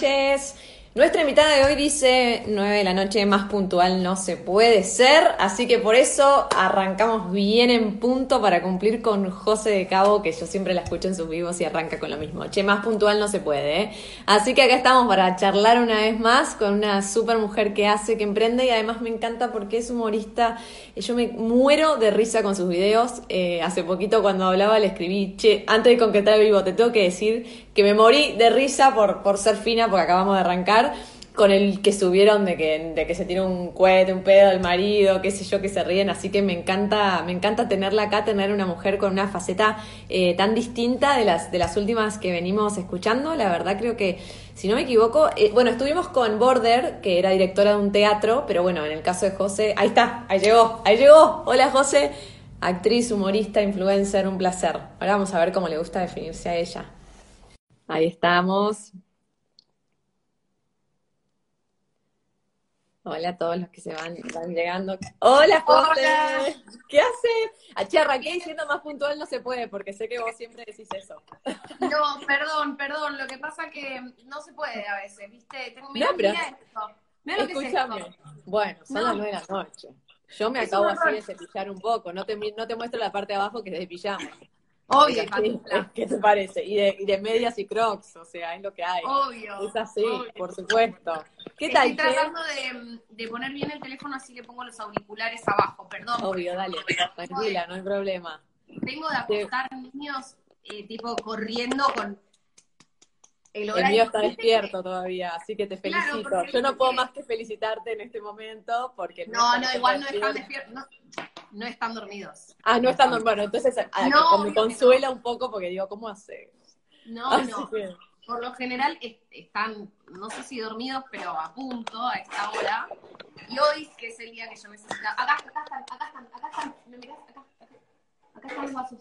noches. Nuestra invitada de hoy dice 9 de la noche, más puntual no se puede ser, así que por eso arrancamos bien en punto para cumplir con José de Cabo, que yo siempre la escucho en sus vivos y arranca con lo mismo. Che, más puntual no se puede, ¿eh? Así que acá estamos para charlar una vez más con una super mujer que hace, que emprende y además me encanta porque es humorista. Yo me muero de risa con sus videos. Hace poquito cuando hablaba le escribí, che, antes de concretar el vivo, te tengo que decir que me morí de risa por ser fina, porque acabamos de arrancar, con el que subieron de que se tira un cohete, un pedo del marido, qué sé yo, que se ríen, así que me encanta tenerla acá, tener una mujer con una faceta tan distinta de las últimas que venimos escuchando. La verdad creo que, si no me equivoco, bueno, estuvimos con Border, que era directora de un teatro, pero bueno, en el caso de José, ahí está, ahí llegó. Hola José, actriz, humorista, influencer, un placer. Ahora vamos a ver cómo le gusta definirse a ella. Ahí estamos. Hola a todos los que van llegando. Hola, José. Hola. ¿Qué haces? Che, arranqué diciendo más puntual no se puede, porque sé que vos siempre decís eso. No, perdón. Lo que pasa que no se puede a veces, ¿viste? No, pero esto. Mira lo que es escúchame. esto. Bueno, son las No, 9 de la noche. Yo me es acabo un así horror. de cepillar un poco. No te muestro la parte de abajo que es de pijama. Obvio, Es así. pantufla. ¿Qué te parece? Y de medias y crocs, o sea, es lo que hay. Obvio. Es así, Obvio. por supuesto. ¿Qué Estoy tal, che? tratando de poner bien el teléfono, así le pongo los auriculares abajo. Perdón. Obvio, dale. Tranquila, no hay problema. Vengo de acostar niños, tipo corriendo con el El horario. mío está ¿Viste? despierto todavía, así que te Claro, felicito. porque Yo no viste puedo que- más que felicitarte en este momento porque el mío No, está igual no están despierto. despiertos. No están dormidos. Ah, no están, bueno, entonces No, me obvio que consuela un poco porque digo, ¿cómo hace? No, Así no. que, Por lo general están, no sé si dormidos, pero a punto a esta hora. Y hoy, que es el día que yo necesitaba. Acá están. ¿Me mirás? Acá están los vasos.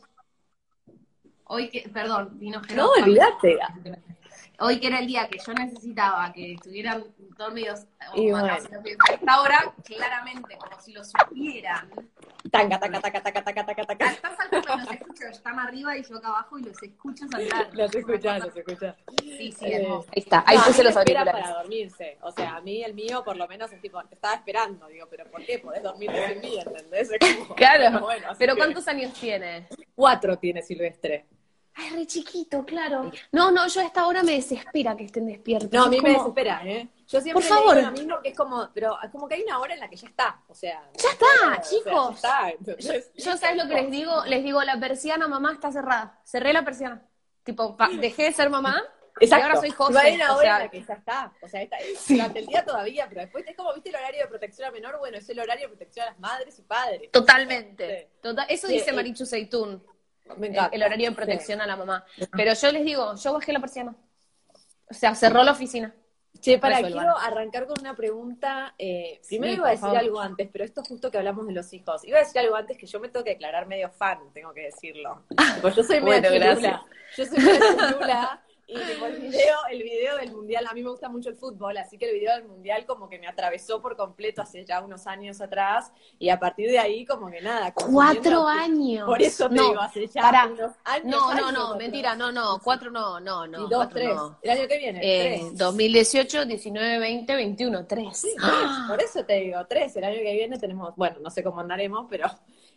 Hoy que, perdón, vino no, Jero. olvídate. Hoy que era el día que yo necesitaba que estuvieran dormidos Y o bueno. a esta hora, claramente, como si lo supieran. Taca, taca, taca, taca, taca, taca, taca. Están saltando, los escucho, están arriba y yo acá abajo y los escucho saltar. Los escuchás. Sí, hermoso. Ahí está, ahí No, puse a mí los me espera auriculares. para dormirse. O sea, a mí el mío por lo menos es tipo, te estaba esperando. Digo, ¿pero por qué? Podés dormirte sin mí, ¿entendés? Es como, Claro, bueno, así pero que ¿cuántos años tiene? 4 tiene Silvestre. Ay, re chiquito, claro. No, yo a esta hora me desespera que estén despiertos. No, a Es mí me como, desespera, ¿eh? Yo siempre por le favor. digo lo mismo, que es como, pero es como que hay una hora en la que ya está, o sea. Ya está, o sea, chicos. ya está, ¿entendés? Yo ¿sabes lo que les digo? Les digo, la persiana, mamá, está cerrada. Cerré la persiana. Tipo, dejé de ser mamá y Exacto. ahora soy José. Y hay una O hora en sea, la que ya está, o sea, Sí. durante el día todavía, pero después es como, ¿viste el horario de protección a menor? Bueno, es el horario de protección a las madres y padres. totalmente. Eso Sí, dice Marichu Seitún, me encanta. el horario de protección a la mamá. Pero yo les digo, yo bajé la persiana. O sea, cerró la oficina. Che, Resuelvan. quiero arrancar con una pregunta. Primero iba a por decir favor. algo antes, pero esto justo que hablamos de los hijos. Iba a decir algo antes que yo me tengo que declarar medio fan, tengo que decirlo. Pues yo soy Bueno, medio gracias. chirula. Yo soy medio chirula. Y tipo, el video del Mundial, a mí me gusta mucho el fútbol, así que el video del Mundial como que me atravesó por completo hace ya unos años atrás, y a partir de ahí como que nada. 4 años. Por eso te No, digo, hace ya pará. unos años. No, mentira, no, 4 no. Y 2, cuatro 3. no. El año que viene, 3. 2018, 19, 20, 21, 3. Sí, por eso te digo, 3. El año que viene tenemos, bueno, no sé cómo andaremos, pero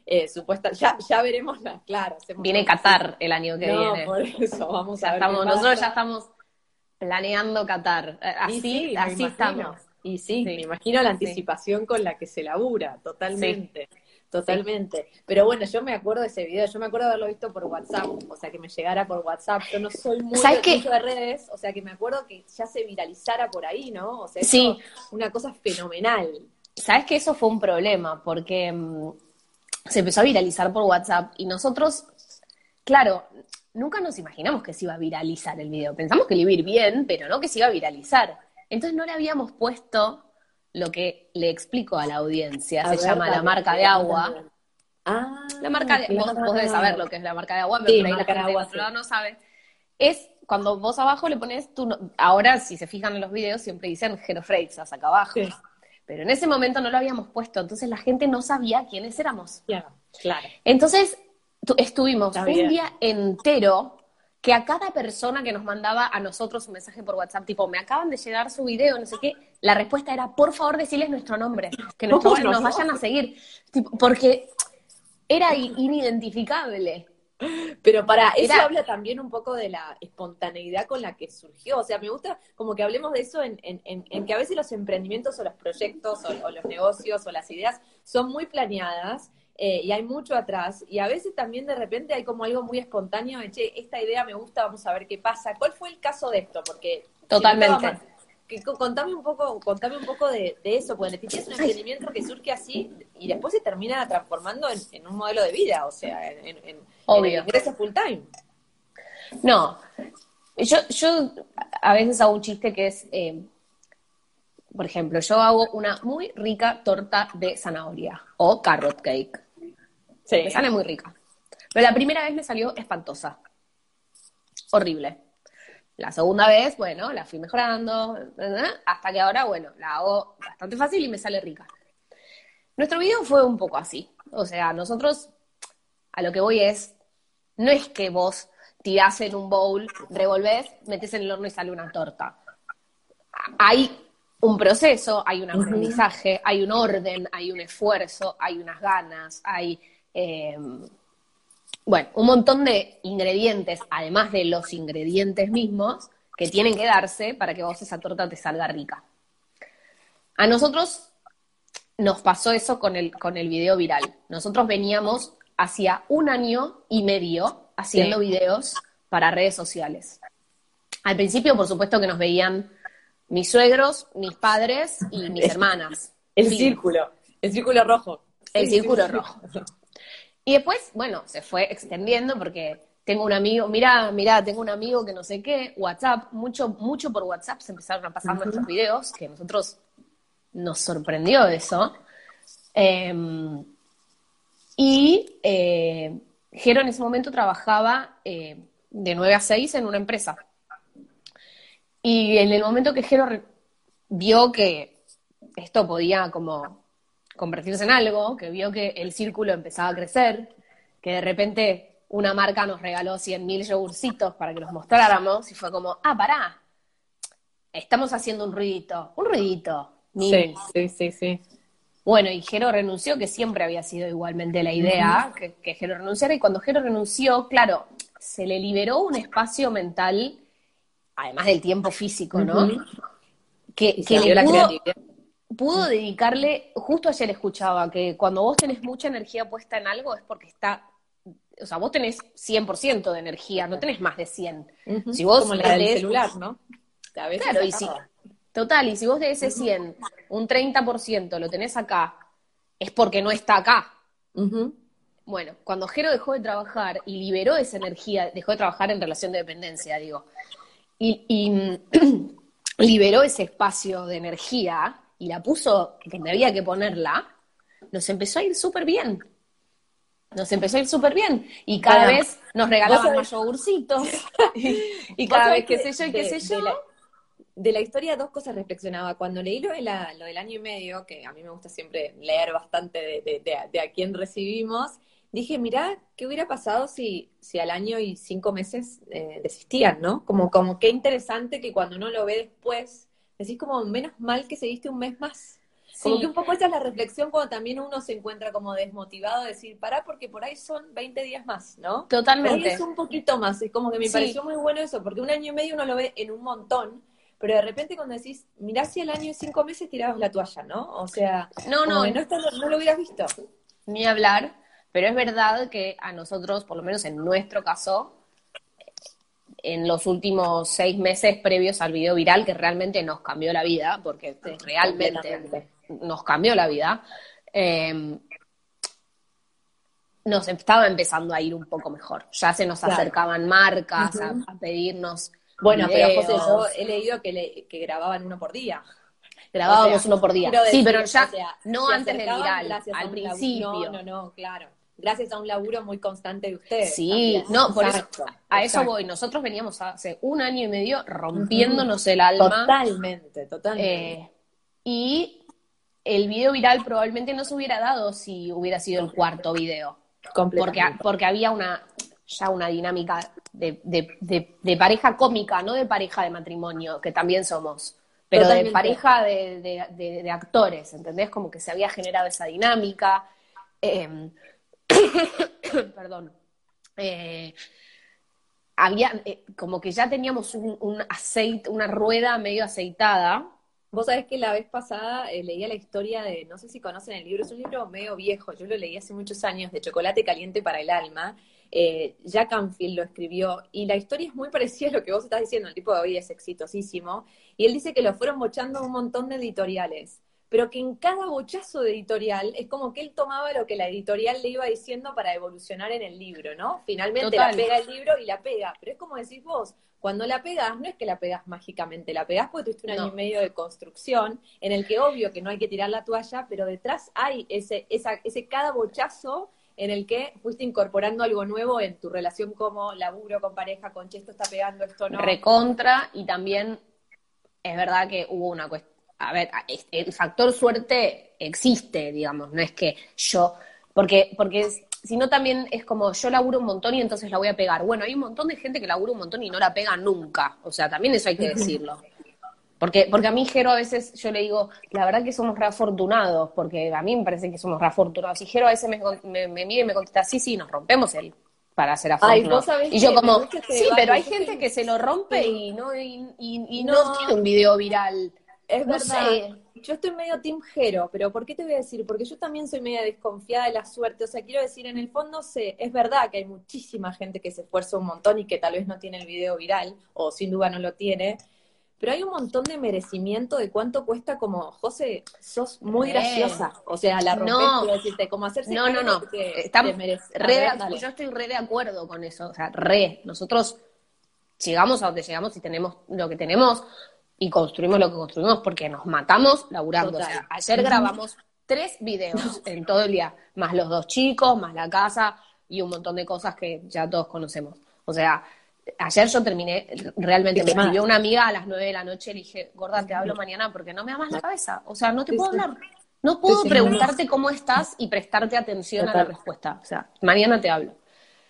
ya veremos, claro. Viene Qatar el año que viene. Por eso, vamos a ver. Nosotros ya estamos planeando Qatar. Así estamos. Y sí, Sí. me imagino la anticipación con la que se labura, totalmente. Totalmente. Pero bueno, yo me acuerdo de ese video, yo me acuerdo de haberlo visto por WhatsApp, o sea, que me llegara por WhatsApp. Yo no soy mucho de redes, o sea, que me acuerdo que ya se viralizara por ahí, ¿no? O sea, eso una cosa fenomenal. ¿Sabes que eso fue un problema? Porque se empezó a viralizar por WhatsApp y nosotros, claro, nunca nos imaginamos que se iba a viralizar el video. Pensamos que le iba a ir bien, pero no que se iba a viralizar. Entonces no le habíamos puesto lo que le explico a la audiencia. Se llama la marca de agua. La marca de vos debes saber lo que es la marca de agua, pero Sí, por ahí la marca de gente agua, del otro lado no sabe. Es cuando vos abajo le pones ahora, si se fijan en los videos, siempre dicen Jero Freixas acá abajo. Sí. Pero en ese momento no lo habíamos puesto, entonces la gente no sabía quiénes éramos. Claro. Entonces estuvimos un día entero que a cada persona que nos mandaba a nosotros un mensaje por WhatsApp, tipo, me acaban de llegar su video, no sé qué, la respuesta era, por favor, decirles nuestro nombre, que nos vayan a seguir. Tipo, porque era inidentificable. Pero eso habla también un poco de la espontaneidad con la que surgió. O sea, me gusta como que hablemos de eso en que a veces los emprendimientos o los proyectos o los negocios o las ideas son muy planeadas y hay mucho atrás. Y a veces también de repente hay como algo muy espontáneo de, che, esta idea me gusta, vamos a ver qué pasa. ¿Cuál fue el caso de esto? Porque totalmente. Contame un poco de eso, porque es un emprendimiento que surge así y después se termina transformando en un modelo de vida, o sea, en ingresos full time. No, yo a veces hago un chiste que es, por ejemplo, yo hago una muy rica torta de zanahoria o carrot cake. Sí. Me sale muy rica. Pero la primera vez me salió espantosa. Horrible. La segunda vez, bueno, la fui mejorando, hasta que ahora, bueno, la hago bastante fácil y me sale rica. Nuestro video fue un poco así. O sea, nosotros, a lo que voy no es que vos tirás en un bowl, revolvés, metés en el horno y sale una torta. Hay un proceso, hay un aprendizaje, hay un orden, hay un esfuerzo, hay unas ganas, hay... bueno, un montón de ingredientes, además de los ingredientes mismos, que tienen que darse para que vos esa torta te salga rica. A nosotros nos pasó eso con el video viral. Nosotros veníamos hacia 1 año y medio haciendo videos para redes sociales. Al principio, por supuesto, que nos veían mis suegros, mis padres y mis hermanas. El círculo rojo. El círculo rojo. Y después, bueno, se fue extendiendo porque tengo un amigo, mirá, tengo un amigo que no sé qué, WhatsApp, mucho por WhatsApp se empezaron a pasar nuestros videos, que a nosotros nos sorprendió eso. Jero en ese momento trabajaba de 9 a 6 en una empresa. Y en el momento que Jero vio que esto podía como convertirse en algo, que vio que el círculo empezaba a crecer, que de repente una marca nos regaló 100.000 yogurcitos para que los mostráramos, y fue como, pará, estamos haciendo un ruidito. Sí. Bueno, y Jero renunció, que siempre había sido igualmente la idea, que Jero renunciara, y cuando Jero renunció, claro, se le liberó un espacio mental, además del tiempo físico, ¿no? Que le pudo dedicarle, justo ayer escuchaba que cuando vos tenés mucha energía puesta en algo es porque o sea, vos tenés 100% de energía, no tenés más de 100. Si vos como la del celular, ¿no? A veces claro, y si vos de ese 100, un 30% lo tenés acá, es porque no está acá. Bueno, cuando Jero dejó de trabajar y liberó esa energía, dejó de trabajar en relación de dependencia, digo, y liberó ese espacio de energía y la puso donde había que ponerla, nos empezó a ir súper bien. Y cada vez nos regalaban más yogurcitos. y cada vez qué sé yo. De la historia 2 cosas reflexionaba. Cuando leí lo del año y medio, que a mí me gusta siempre leer bastante de a quién recibimos, dije, mirá, ¿qué hubiera pasado si al año y 5 meses desistían, ¿no? Como qué interesante que cuando uno lo ve después, decís como, menos mal que seguiste un mes más. Como que un poco esa es la reflexión cuando también uno se encuentra como desmotivado de decir, pará, porque por ahí son 20 días más, ¿no? Totalmente. Por ahí es un poquito más, es como que me pareció muy bueno eso, porque 1 año y medio uno lo ve en un montón, pero de repente cuando decís, mirá si al año y 5 meses tirabas la toalla, ¿no? O sea, no lo hubieras visto. Ni hablar, pero es verdad que a nosotros, por lo menos en nuestro caso, en los últimos 6 meses previos al video viral, que realmente nos cambió la vida, porque realmente nos cambió la vida, nos estaba empezando a ir un poco mejor. Ya se nos acercaban marcas a pedirnos bueno, videos. Pero José, yo he leído que grababan 1 por día. Grabábamos 1 por día. Decir, pero ya no antes del viral, al principio. No, claro. Gracias a un laburo muy constante de ustedes. Sí, también. Por eso, a eso voy. Nosotros veníamos hace 1 año y medio rompiéndonos el alma. Totalmente. Y el video viral probablemente no se hubiera dado si hubiera sido el 4.º video. Porque había una dinámica de pareja cómica, no de pareja de matrimonio, que también somos, pero Totalmente. de pareja de actores, ¿entendés? Como que se había generado esa dinámica. Eh, perdón. Eh, había, como que ya teníamos un aceite, una rueda medio aceitada. Vos sabés que la vez pasada leía la historia de, no sé si conocen el libro, es un libro medio viejo, yo lo leí hace muchos años, de Chocolate Caliente para el Alma. Jack Canfield lo escribió, y la historia es muy parecida a lo que vos estás diciendo, el tipo de hoy es exitosísimo, y él dice que lo fueron bochando un montón de editoriales, pero que en cada bochazo de editorial es como que él tomaba lo que la editorial le iba diciendo para evolucionar en el libro, ¿no? Finalmente la Total. pega el libro y la pega, pero es como decís vos, cuando la pegás, no es que la pegás mágicamente, la pegás porque tuviste un año y medio de construcción, en el que obvio que no hay que tirar la toalla, pero detrás hay ese cada bochazo en el que fuiste incorporando algo nuevo en tu relación como laburo, con pareja, con che, esto está pegando, esto no. Recontra, y también es verdad que hubo una cuestión. A ver, el factor suerte existe, digamos, no es que yo. Porque si no también es como yo laburo un montón y entonces la voy a pegar. Bueno, hay un montón de gente que labura un montón y no la pega nunca. O sea, también eso hay que decirlo. Porque a mí, Jero, a veces yo le digo, la verdad que somos re afortunados, porque a mí me parece que somos re afortunados. Y Jero a veces me mira y me contesta, sí, nos rompemos el para ser Ay, vos afortunados. sabés Y yo que me como, gusta ese sí, debate, pero hay yo gente que se lo rompe y no no, tiene un video viral. es No verdad, sé. yo estoy medio team Jero, pero ¿por qué te voy a decir? Porque yo también soy media desconfiada de la suerte, o sea, quiero decir, en el fondo es verdad que hay muchísima gente que se esfuerza un montón y que tal vez no tiene el video viral, o sin duda no lo tiene, pero hay un montón de merecimiento de cuánto cuesta como, José, sos muy graciosa, o sea, la rompés, No, quiero decirte, como hacerse no, no, cargo no. de que te Estamos mereces. A ver, dale. yo estoy re de acuerdo con eso. O sea, nosotros llegamos a donde llegamos y tenemos lo que tenemos y construimos lo que construimos porque nos matamos laburando. O Total. sea, ayer grabamos 3 videos en todo el día, más los 2 chicos, más la casa y un montón de cosas que ya todos conocemos. O sea, ayer yo terminé, realmente me escribió una amiga a las 9 de la noche y le dije, gorda, te hablo mañana porque no me da más la cabeza. O sea, no te Sí, puedo sí. hablar. No Sí, puedo sí, no, no. preguntarte cómo estás y prestarte atención a la Total. respuesta. O sea, mañana te hablo.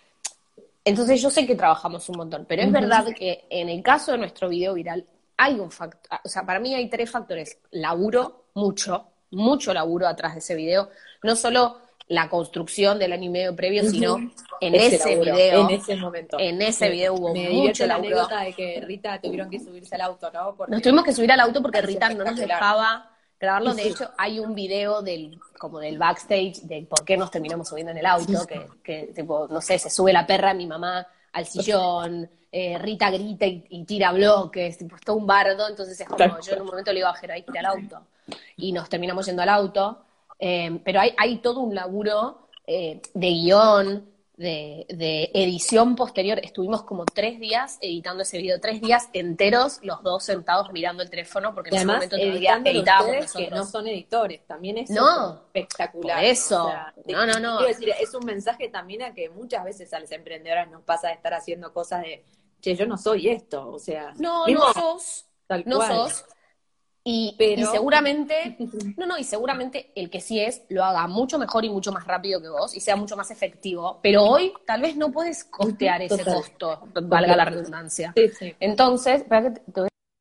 Entonces yo sé que trabajamos un montón, pero es verdad que en el caso de nuestro video viral hay un factor, o sea, para mí hay 3 factores. Laburo, mucho laburo atrás de ese video. No solo la construcción del año y medio previo, sino en ese laburo, video, en ese momento. en ese video hubo Me mucho divierte la laburo. anécdota de que Rita tuvieron que subirse al auto, ¿no? Nos Porque tuvimos que subir al auto porque parece Rita no nos espectacular. dejaba grabarlo. De Sí. hecho, hay un video como del backstage de por qué nos terminamos subiendo en el auto, que tipo, no sé, se sube la perra de mi mamá al sillón, Rita grita y tira bloques, tipo, es todo un bardo. Entonces es como, yo en un momento le iba a bajar ahí al auto. Y nos terminamos yendo al auto. Pero hay todo un laburo de guión, de edición posterior. Estuvimos como 3 días editando ese video, 3 días enteros, los dos sentados mirando el teléfono, porque Y en ese además, momento todavía editándolo editábamos ustedes que nosotros. no son editores, también eso es como No, espectacular. por eso. ¿No? O sea, No. quiero decir, es un mensaje también a que muchas veces a las emprendedoras nos pasa de estar haciendo cosas de, che, yo no soy esto, o sea, No, mismo, no cual. sos. Y Pero, seguramente, y seguramente el que sí es, lo haga mucho mejor y mucho más rápido que vos y sea mucho más efectivo. Pero hoy tal vez no puedes costear ese total. costo, valga la redundancia. Sí, sí. Entonces, espera que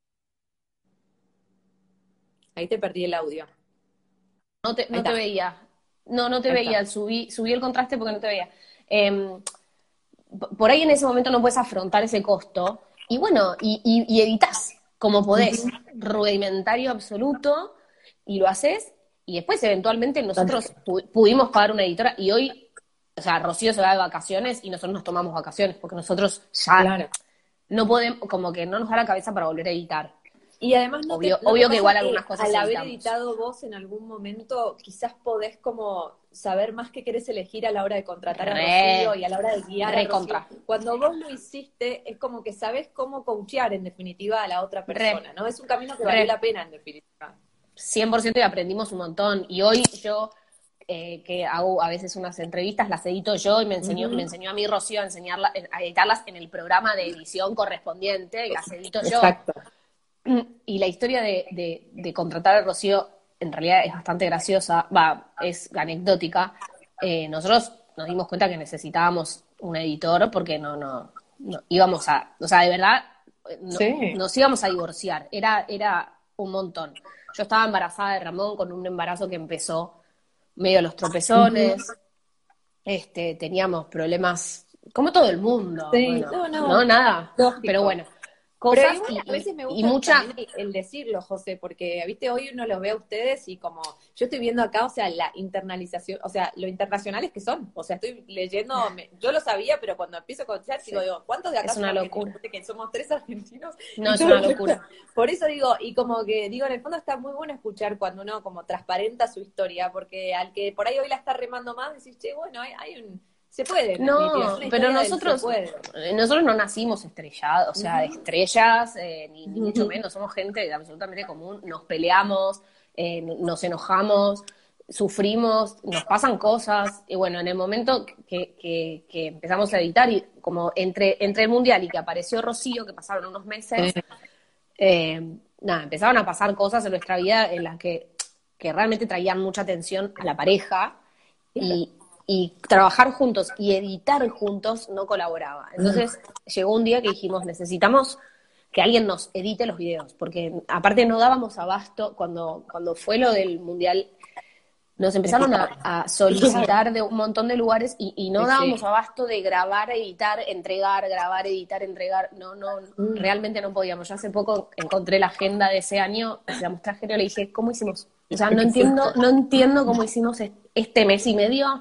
Ahí te perdí el audio. no Ahí te está. veía. No te Ahí veía. está. Subí el contraste porque no te veía. Por ahí en ese momento no puedes afrontar ese costo. Y bueno, y editas como podés, rudimentario absoluto, y lo haces, y después eventualmente nosotros pudimos pagar una editora, y hoy, o sea, Rocío se va de vacaciones y nosotros nos tomamos vacaciones, porque nosotros ya Claro. no podemos, como que no nos da la cabeza para volver a editar. Y además Obvio no te que pasa igual que algunas cosas al haber editamos. editado vos en algún momento, quizás podés como saber más qué querés elegir a la hora de contratar a Rocío y a la hora de guiar a Rocío. Contra. Cuando vos lo hiciste, es como que sabés cómo coachear en definitiva a la otra persona, ¿no? Es un camino que valió la pena en definitiva. 100% y aprendimos un montón. Y hoy yo, que hago a veces unas entrevistas, las edito yo y me enseñó a mí Rocío a editarlas en el programa de edición correspondiente y las edito yo. Exacto. Y la historia de contratar a Rocío en realidad es bastante graciosa, es anecdótica. Nosotros nos dimos cuenta que necesitábamos un editor porque íbamos o sea, de verdad, Sí. nos íbamos a divorciar. Era un montón. Yo estaba embarazada de Ramón con un embarazo que empezó medio a los Ujú. tropezones. Teníamos problemas, como todo el mundo, Sí, bueno, no, no, no, nada, pero lógico. bueno, Pero cosas igual a veces me y gusta mucha, también el decirlo, José, porque, viste, hoy uno los ve a ustedes y como yo estoy viendo acá, o sea, la internalización, o sea, lo internacionales que son. O sea, estoy leyendo, yo lo sabía, pero cuando empiezo a conocer, sí, digo, ¿cuántos de acá es son una argentinos? locura, Viste que somos tres argentinos no y es todo una el resto. locura. Por eso digo, y como que digo, en el fondo está muy bueno escuchar cuando uno como transparenta su historia, porque al que por ahí hoy la está remando más, decís, che, bueno, hay un, se puede, en definitiva, es No, una pero historia del se puede. nosotros no nacimos estrellados, o sea, de Ujú. estrellas, ni mucho Ujú. menos, somos gente absolutamente común, nos peleamos, nos enojamos, sufrimos, nos pasan cosas, y bueno, en el momento que empezamos a editar, y como entre el Mundial y que apareció Rocío, que pasaron unos Sí. meses, nada, empezaron a pasar cosas en nuestra vida en las que realmente traían mucha atención a la pareja Claro. y trabajar juntos y editar juntos no colaboraba. Mm. Entonces llegó un día que dijimos, necesitamos que alguien nos edite los videos, porque aparte no dábamos abasto, cuando fue lo del Mundial, nos empezaron Editar. a Claro. solicitar de un montón de lugares y no Sí, sí. dábamos abasto de grabar, editar, entregar, grabar, editar, entregar. No, no, Mm. realmente no podíamos. Yo hace poco encontré la agenda de ese año y se la mostré a Jero y le dije, ¿cómo hicimos? O sea, no entiendo cómo hicimos este mes y medio.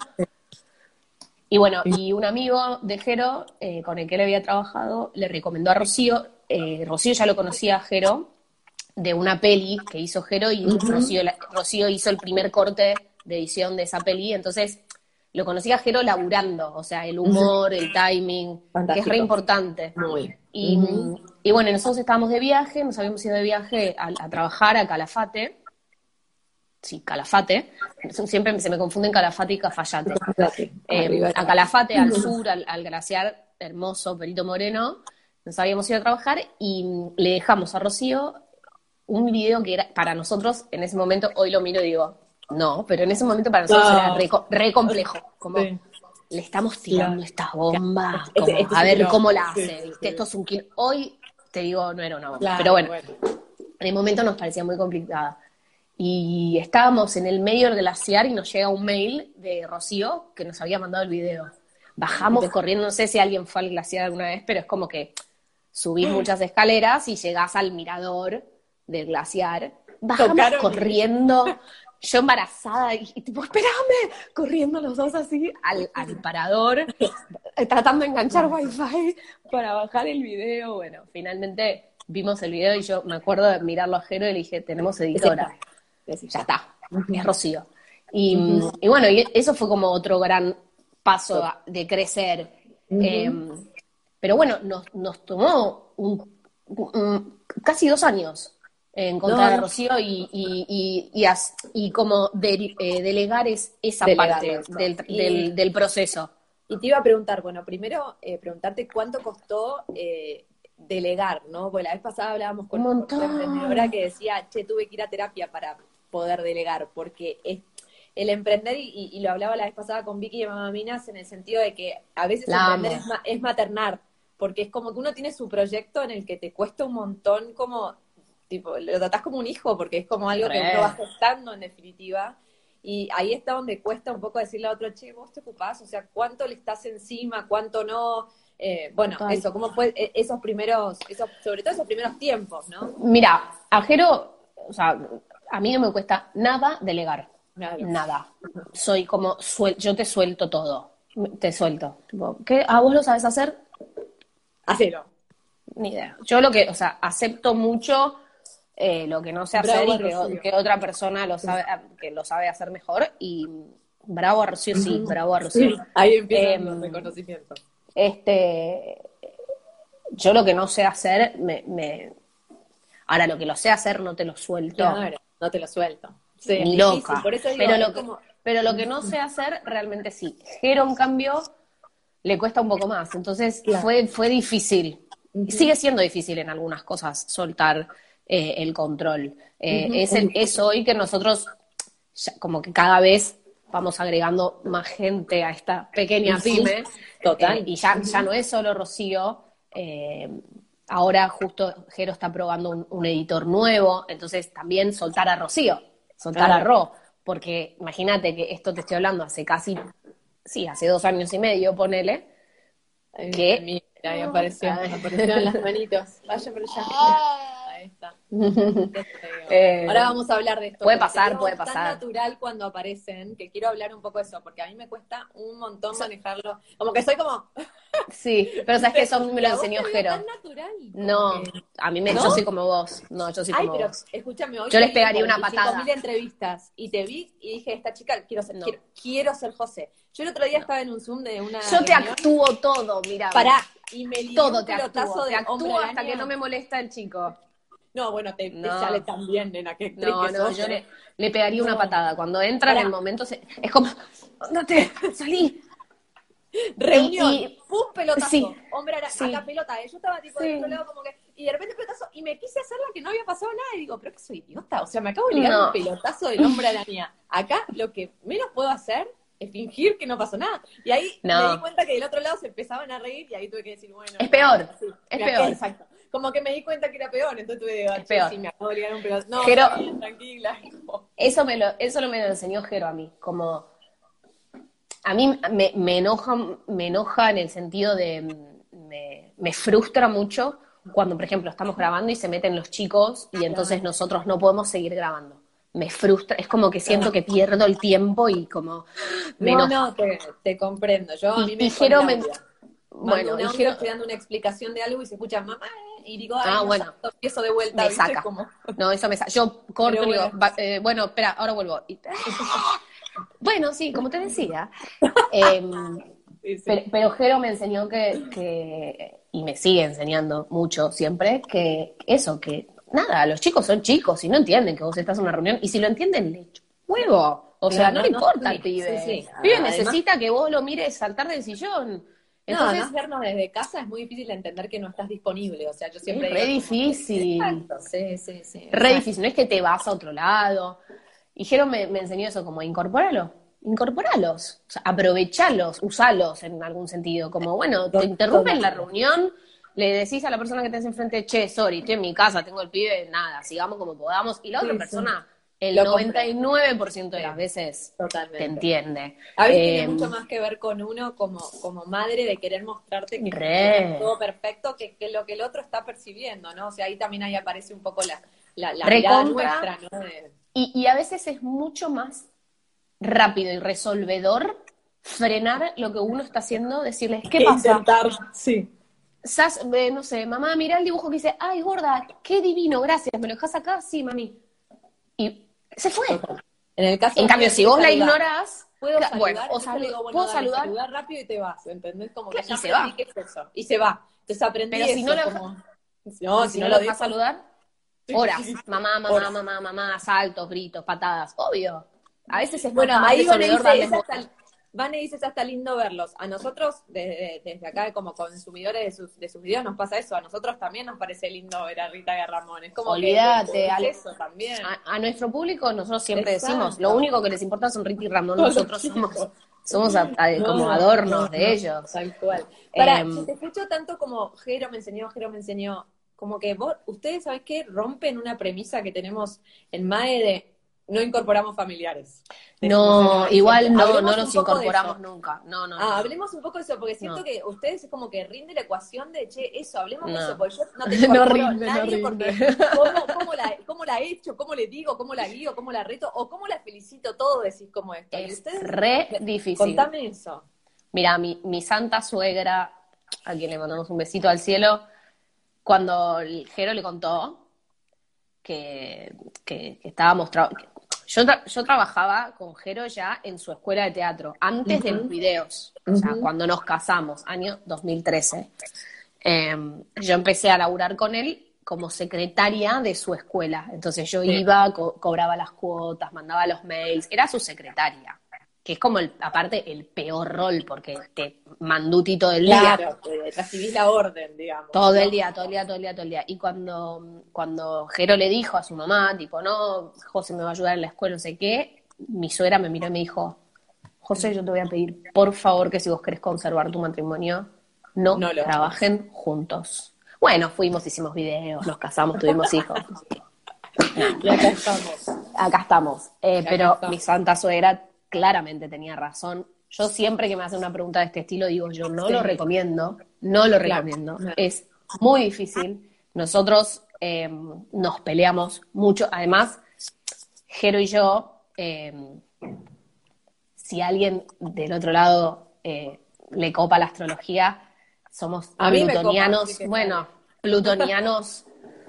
Y bueno, y un amigo de Jero, con el que él había trabajado, le recomendó a Rocío. Rocío ya lo conocía a Jero de una peli que hizo Jero y Ujú. Rocío hizo el primer corte de edición de esa peli, entonces lo conocía a Jero laburando, o sea, el Ujú. humor, el timing, que es re Fantástico. importante. Muy. Y, Ujú. y bueno, nosotros estábamos de viaje, nos habíamos ido de viaje a trabajar a Calafate, sí, Calafate, siempre se me confunden Calafate y Cafayate. Fíjate, arriba de A la- Calafate, al sur, al glaciar hermoso Perito Moreno, nos habíamos ido a trabajar y le dejamos a Rocío un video que era para nosotros en ese momento, hoy lo miro y digo, no, pero en ese momento para nosotros era No. re complejo, como Sí, le estamos tirando claro. esta bomba, como Este a es un ver cómo quilombo. la Sí, hace, sí, ¿viste? Esto sí. es un kilo. Hoy te digo, no era una bomba, pero Claro, bueno, bueno. en el momento nos parecía muy complicada. Y estábamos en el medio del glaciar y nos llega un mail de Rocío que nos había mandado el video. Y Bajamos te corriendo, no sé si alguien fue al glaciar alguna vez, pero es como que subís muchas escaleras y llegás al mirador del glaciar. Bajamos tocaron y... corriendo, yo embarazada y tipo, espérame, corriendo los dos así al parador, tratando de enganchar wifi para bajar el video. Bueno, finalmente vimos el video y yo me acuerdo de mirarlo a Jero y le dije, tenemos Ya está. editora, ya está, es Ujú. Rocío. Y, Ujú. y bueno, y eso fue como otro gran paso de crecer. Eh, Ujú. pero bueno, nos tomó casi 2 años No, encontrar a no, Rocío y como delegar esa delegarlo parte eso. del proceso. Y te iba a preguntar, bueno, primero preguntarte cuánto costó delegar, ¿no? Porque la vez pasada hablábamos Un con otra montón. emprendedora que decía, che, tuve que ir a terapia para poder delegar, porque el emprender, y lo hablaba la vez pasada con Vicky y Mamá Minas, en el sentido de que a veces La emprender amo. es maternar, porque es como que uno tiene su proyecto en el que te cuesta un montón como, tipo, lo tratás como un hijo, porque es como algo que uno va Re. gestando en definitiva. Y ahí está donde cuesta un poco decirle a otro, che, vos te ocupás, o sea, cuánto le estás encima, cuánto no. Bueno, Total. eso, cómo fue esos primeros, sobre todo esos primeros tiempos, ¿no? Mira, a Jero, o sea, a mí no me cuesta nada delegar. Claro. Nada. Soy como, yo te suelto todo. Te suelto. Tipo, ¿qué? ¿A vos lo sabes hacer? Hacelo. Ni idea. Yo lo que, o sea, acepto mucho lo que no sé hacer Bravo a y Rocío. que otra persona que lo sabe hacer mejor. Y bravo a Rocío, sí, Ujú. bravo a Rocío. Sí, ahí empiezan los Eh, reconocimientos. este, yo lo que no sé hacer, ahora lo que lo sé hacer no te lo suelto, Claro, no te lo suelto. Sí, es ni difícil, loca. por eso digo, Pero es lo que, como... pero lo que no sé hacer, realmente sí. Jero, en cambio, le cuesta un poco más. Entonces Claro. fue difícil. Ujú. Sigue siendo difícil en algunas cosas soltar el control. Ujú. Es hoy que nosotros como que cada vez vamos agregando más gente a esta pequeña Y sí, pyme total. y ya no es solo Rocío, Ahora justo Jero está probando un editor nuevo, entonces también soltar a Rocío, soltar a Ro, porque imagínate que esto te estoy hablando hace casi, sí, hace 2 años y medio, ponele, que... Mira, ahí aparecieron las manitos. Vaya por allá. Ahí está. Ahora vamos a hablar de esto. Puede pasar, Es puede tan pasar. natural cuando aparecen que quiero hablar un poco de eso, porque a mí me cuesta un montón manejarlo. Como que soy como... Sí, pero sabes que eso me lo ¿A vos enseñó te veo Jero. tan natural? No, a mí ¿No? yo soy como vos. No, yo soy Ay, como pero vos. escúchame, hoy Yo te les vi en pegaría una 45.000 patada. entrevistas y te vi y dije, esta chica, No. quiero ser José. Yo el otro día estaba en un Zoom de una Yo te reunión. actúo todo, mira. Pará, y me lié Todo un te pelotazo actúo. de Te hombre actúo hasta araña. que no me molesta el chico. No, bueno, te No. sale también, nena, qué actriz No, que no, sos, yo ¿eh? le pegaría una No. patada. Cuando entra en Pará. el momento, es como, andate, salí. Reunión, pum, pelotazo, Sí, hombre araña, sí, acá pelota, yo estaba tipo del sí. otro lado como que, y de repente pelotazo, y me quise hacer la que no había pasado nada, y digo, pero que soy idiota, o sea, me acabo de ligar un No. pelotazo del hombre araña. Acá lo que menos puedo hacer es fingir que no pasó nada. Y ahí No. me di cuenta que del otro lado se empezaban a reír, y ahí tuve que decir, bueno. Es peor, sí, es peor. Exacto. Como que me di cuenta que era peor, entonces tuve que decir, peor. sí, me acabo de ligar un pelotazo. No, Jero- está bien, tranquila. Eso me lo enseñó Jero a mí, como a mí me enoja en el sentido de me frustra mucho cuando, por ejemplo, estamos grabando y se meten los chicos y entonces nosotros no podemos seguir grabando. Me frustra, es como que siento que pierdo el tiempo y como me enoja. No, te comprendo. Yo a mí me Y dejó el Jero audio. Mando bueno, un y audio, Jero, estoy dando una explicación de algo y se escucha mamá, y digo, ay, no, bueno, ya empiezo de vuelta, me ¿viste? saca. Como... No, eso me saca. Yo corto Pero y digo, bueno. bueno, espera, ahora vuelvo. Bueno, sí, como te decía. Sí, sí. Pero Jero me enseñó y me sigue enseñando mucho siempre, que eso, que nada, los chicos son chicos y no entienden que vos estás en una reunión, y si lo entienden, le echo huevo. O sea, no le importa al pibe. Sí, sí. El pibe Además, necesita que vos lo mires saltar del sillón. Entonces, además vernos desde casa es muy difícil de entender que no estás disponible. O sea, yo siempre es re digo, difícil. exacto, sí. Re difícil, no es que te vas a otro lado. Y Jero me enseñó eso, como incorporalos, o sea, aprovechalos, usalos en algún sentido, como bueno, te interrumpen la reunión, le decís a la persona que tenés enfrente, che, sorry, estoy en mi casa, tengo el pibe, nada, sigamos como podamos, y la otra persona, el Lo 99% de las veces Totalmente. te entiende. A veces tiene mucho más que ver con uno como madre de querer mostrarte que es todo perfecto que lo que el otro está percibiendo, ¿no? O sea, ahí aparece un poco la mirada nuestra, ¿no? Y a veces es mucho más rápido y resolvedor frenar lo que uno está haciendo, decirles, ¿qué pasa? Intentar, sí. No sé, mamá, mira el dibujo que dice, ay, gorda, qué divino, gracias, ¿me lo dejas acá? Sí, mami. Y se fue. En cambio, si vos la ignorás, puedo saludar, bueno, puedo saludar rápido y te vas, ¿entendés? Como que ya y se va. que es eso, y se va. Entonces aprendí pero eso. Si no si no lo lo dejas saludar, horas. Mamá, saltos, gritos, patadas, obvio. A veces es bueno, más ahí resolvedor darles Vane dice, ya está lindo verlos. A nosotros, desde acá, como consumidores de sus videos, nos pasa eso. A nosotros también nos parece lindo ver a Rita y a Ramón. Es como olvídate, que eso también. A nuestro público nosotros siempre decimos, lo único que les importa son Rita y Ramón, nosotros somos como adornos de ellos. Tal cual. Pará, si te escucho tanto como Jero me enseñó, como que ustedes, ¿sabés qué? Rompen una premisa que tenemos en MAE de no incorporamos familiares. No, igual no los incorporamos nunca. No. Hablemos un poco de eso, porque siento que ustedes es como que rinde la ecuación de, che, eso, hablemos de eso, porque yo no te incorporo nadie porque ¿cómo la he hecho? ¿Cómo le digo? ¿Cómo la guío? ¿Cómo la reto? ¿O cómo la felicito? Todo decís como esto. Es ustedes, re difícil. Contame eso. Mira, mi santa suegra, a quien le mandamos un besito al cielo, cuando el Jero le contó que estábamos yo trabajaba con Jero ya en su escuela de teatro, antes de los videos, o sea, cuando nos casamos, año 2013. Yo empecé a laburar con él como secretaria de su escuela. Entonces yo iba, cobraba las cuotas, mandaba los mails, era su secretaria, que es como, aparte, el peor rol, porque te manduti todo el día. Claro, recibís la orden, digamos. Todo el día. Y cuando Jero le dijo a su mamá, tipo, no, José me va a ayudar en la escuela, no sé qué, mi suegra me miró y me dijo, José, yo te voy a pedir, por favor, que si vos querés conservar tu matrimonio, no No lo trabajen juntos. Bueno, fuimos, hicimos videos, nos casamos, tuvimos hijos. Y acá estamos. Acá estamos. Pero estamos. mi santa suegra claramente tenía razón. Yo siempre que me hacen una pregunta de este estilo digo, yo no lo recomiendo, no lo recomiendo. Claro. Es muy difícil. Nosotros nos peleamos mucho. Además, Jero y yo, si alguien del otro lado le copa la astrología, somos A mí me copa, plutonianos, así que bueno, plutonianos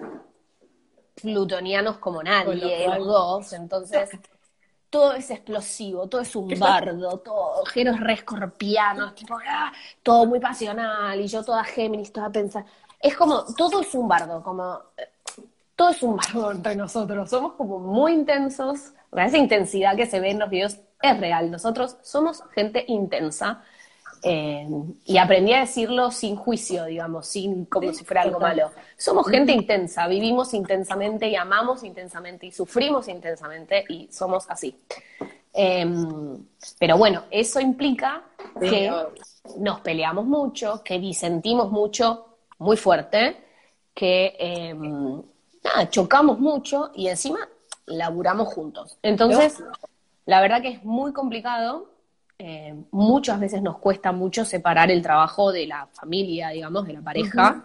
como Con nadie, lo cual- los dos, entonces todo es explosivo, todo es un bardo, todo, Jero es re escorpiano, es tipo, todo muy pasional, y yo toda Géminis, toda pensar, es como, todo es un bardo, como, todo es un bardo entre nosotros, somos como muy intensos, o sea, esa intensidad que se ve en los videos es real, nosotros somos gente intensa, y aprendí a decirlo sin juicio, digamos, sin como si fuera algo malo. Somos gente intensa, vivimos intensamente y amamos intensamente y sufrimos intensamente y somos así. Pero bueno, eso implica que nos peleamos mucho, que disentimos mucho, muy fuerte, que nada, chocamos mucho y encima laburamos juntos. Entonces, la verdad que es muy complicado. Muchas veces nos cuesta mucho separar el trabajo de la familia, digamos, de la pareja.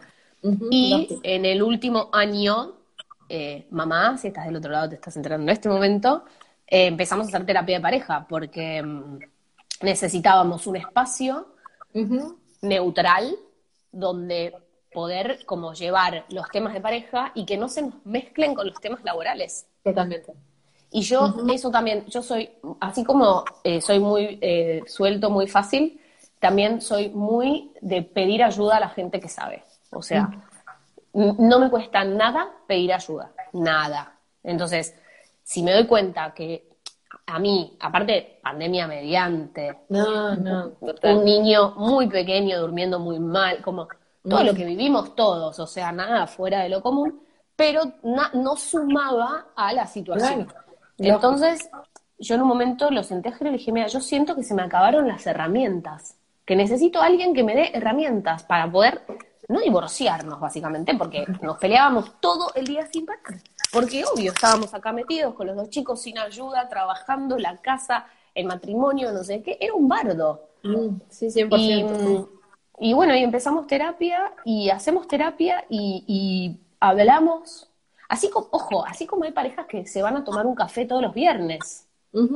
Y en el último año, mamá, si estás del otro lado, te estás enterando en este momento, empezamos a hacer terapia de pareja porque necesitábamos un espacio neutral donde poder como llevar los temas de pareja y que no se nos mezclen con los temas laborales. Totalmente. Y yo, eso también, yo soy, así como soy muy suelto, muy fácil, también soy muy de pedir ayuda a la gente que sabe. O sea, no me cuesta nada pedir ayuda, nada. Entonces, si me doy cuenta que a mí, aparte, pandemia mediante, Total. un niño muy pequeño durmiendo muy mal, como todo lo que vivimos todos, o sea, nada fuera de lo común, pero no sumaba a la situación. Claro. Entonces, yo en un momento lo senté a Jero y le dije, mira, yo siento que se me acabaron las herramientas, que necesito a alguien que me dé herramientas para poder no divorciarnos, básicamente, porque nos peleábamos todo el día sin parar. Porque, obvio, estábamos acá metidos con los dos chicos sin ayuda, trabajando, la casa, el matrimonio, no sé qué, era un bardo. Sí, 100%. Y bueno, y empezamos terapia, y hacemos terapia, y hablamos. Así como, ojo, así como hay parejas que se van a tomar un café todos los viernes.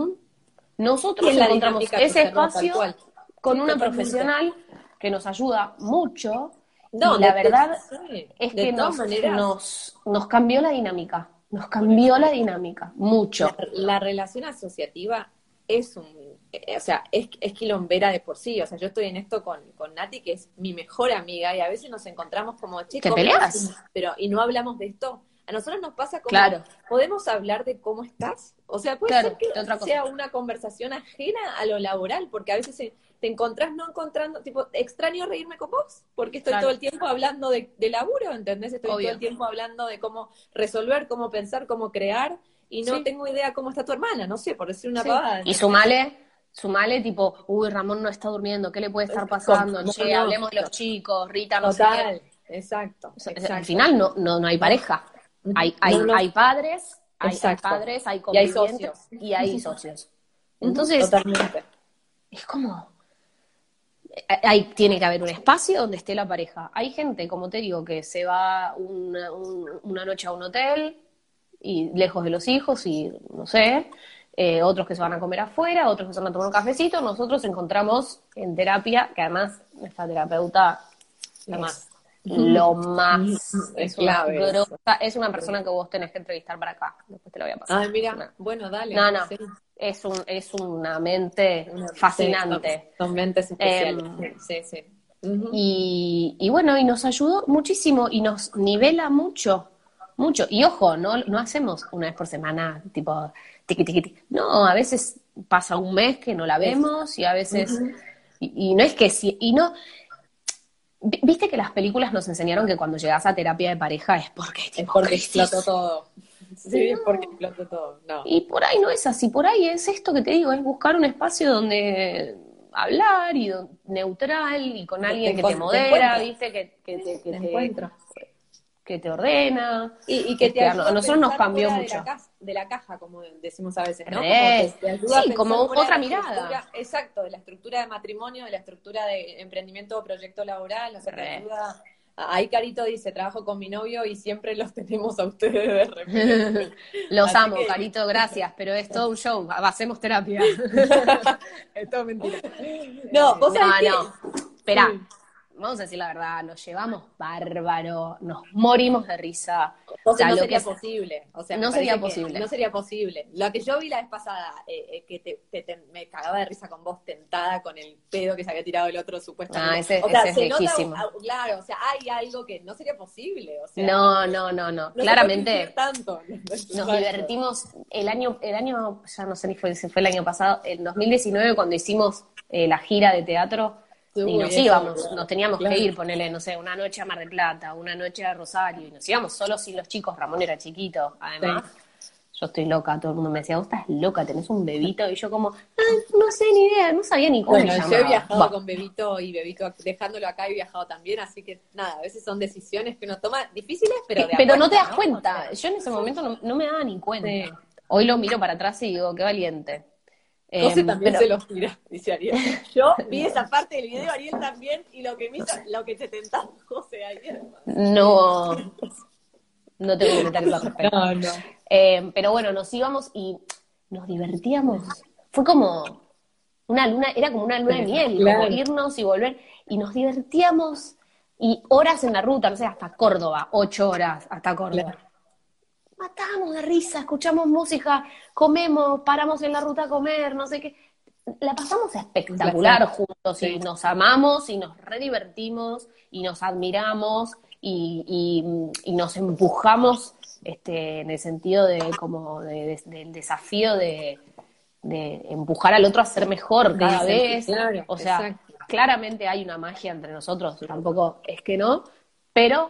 Nosotros Es la encontramos dinámica ese que se nota, espacio tal cual. con Sí, una totalmente. profesional que nos ayuda mucho. No, y la verdad sí, es de que todas maneras, nos cambió la dinámica. Nos cambió la dinámica, mucho. la relación asociativa es o sea, es quilombera de por sí. O sea, yo estoy en esto con Nati, que es mi mejor amiga, y a veces nos encontramos como, che, ¿Te ¿cómo peleas? hacemos? Y no hablamos de esto. A nosotros nos pasa como, Claro. ¿podemos hablar de cómo estás? O sea, puede Claro, ser que de otra cosa. sea una conversación ajena a lo laboral, porque a veces te encontrás no encontrando, tipo, extraño reírme con vos, porque estoy Claro. todo el tiempo hablando de laburo, ¿entendés? Estoy Obvio. todo el tiempo hablando de cómo resolver, cómo pensar, cómo crear, y no Sí. tengo idea cómo está tu hermana, no sé, por decir una Sí. pavada. Y sumale tipo, uy, Ramón no está durmiendo, ¿qué le puede estar pasando? Che, no, hablemos de los chicos, Rita, no sé qué. Total, exacto, O sea, exacto. al final no hay pareja. Hay padres, hay Exacto. padres, hay Y hay convivientes socios. y hay socios. Entonces, Totalmente. es como, tiene que haber un espacio donde esté la pareja. Hay gente, como te digo, que se va una noche a un hotel y lejos de los hijos y no sé, otros que se van a comer afuera, otros que se van a tomar un cafecito. Nosotros encontramos en terapia, que además nuestra terapeuta La más. lo más Es es una clave grosa, eso. es una persona que vos tenés que entrevistar para acá, después te la voy a pasar. Ay, mira, Una- bueno, dale. no, Sí. es una mente Una- fascinante. sí, son mentes especiales. Sí, sí. Y bueno, y nos ayudó muchísimo y nos nivela mucho, mucho. Y ojo, no hacemos una vez por semana, tipo, tiqui, tiqui, tiqui. No, a veces pasa un mes que no la vemos y a veces... Y no es que sí, y no... Viste que las películas nos enseñaron que cuando llegas a terapia de pareja es porque Es tipo, porque crisis. explotó todo. Sí, es porque explotó todo. No. Y por ahí no es así, por ahí es esto que te digo, es buscar un espacio donde hablar y neutral y con alguien que te modera, ¿viste? Que te ordena. Y que te ayuda a nosotros nos cambió fuera mucho. de la caja, como decimos a veces, ¿no? Re. Como te ayuda a Sí, pensar como fuera otra de la mirada. exacto, de la estructura de matrimonio, de la estructura de emprendimiento o proyecto laboral, o sea, te ayuda. Ahí Carito dice, trabajo con mi novio y siempre los tenemos a ustedes de referente. Los Así amo, que... Carito, gracias, pero es todo un show, hacemos terapia. Es todo mentira. No, vos sabés que... No, esperá, Sí. vamos a decir la verdad, nos llevamos bárbaro, nos morimos de risa. O Entonces sea, no lo sería que posible, o sea, me no parece sería que posible. no sería posible. Lo que yo vi la vez pasada, que me cagaba de risa con vos, tentada con el pedo que se había tirado el otro supuestamente. Ese O sea, es se nota, viejísimo. claro, o sea, hay algo que no sería posible, o sea, No. no Claramente se puede fingir tanto. nos divertimos el año, ya no sé ni si fue el año pasado, en 2019 cuando hicimos la gira de teatro y nos Uy, íbamos, eso, nos teníamos claro. que ir, ponerle, no sé, una noche a Mar del Plata, una noche a Rosario, y nos íbamos solo sin los chicos, Ramón era chiquito, además. Sí. Yo estoy loca, todo el mundo me decía, vos estás loca, tenés un bebito, y yo como, no sé ni idea, no sabía ni cómo Bueno, se yo he llamaba. viajado Bah, con Bebito y Bebito dejándolo acá he viajado también, así que nada, a veces son decisiones que uno toma difíciles, pero de a pero no te cuenta, das ¿no? cuenta, O sea, yo en ese momento no me daba ni cuenta. sí. Hoy lo miro para atrás y digo, qué valiente. José también Pero se los tira, dice Ariel. Yo vi esa parte del video, Ariel también, y lo que me hizo, lo que se tentaba José ayer. no tengo comentarios al respecto. No. Pero bueno, nos íbamos y nos divertíamos. Fue como una luna, era como una luna de miel, como Claro. irnos y volver. Y nos divertíamos y horas en la ruta, no sé, hasta Córdoba, 8 horas hasta Córdoba. Claro. Matamos de risa, escuchamos música, comemos, paramos en la ruta a comer, no sé qué. La pasamos espectacular juntos y Sí. nos amamos y nos redivertimos y nos admiramos y nos empujamos en el sentido de como del desafío de empujar al otro a ser mejor cada vez. Claro, O sea, exacto. claramente hay una magia entre nosotros, tampoco es que no, pero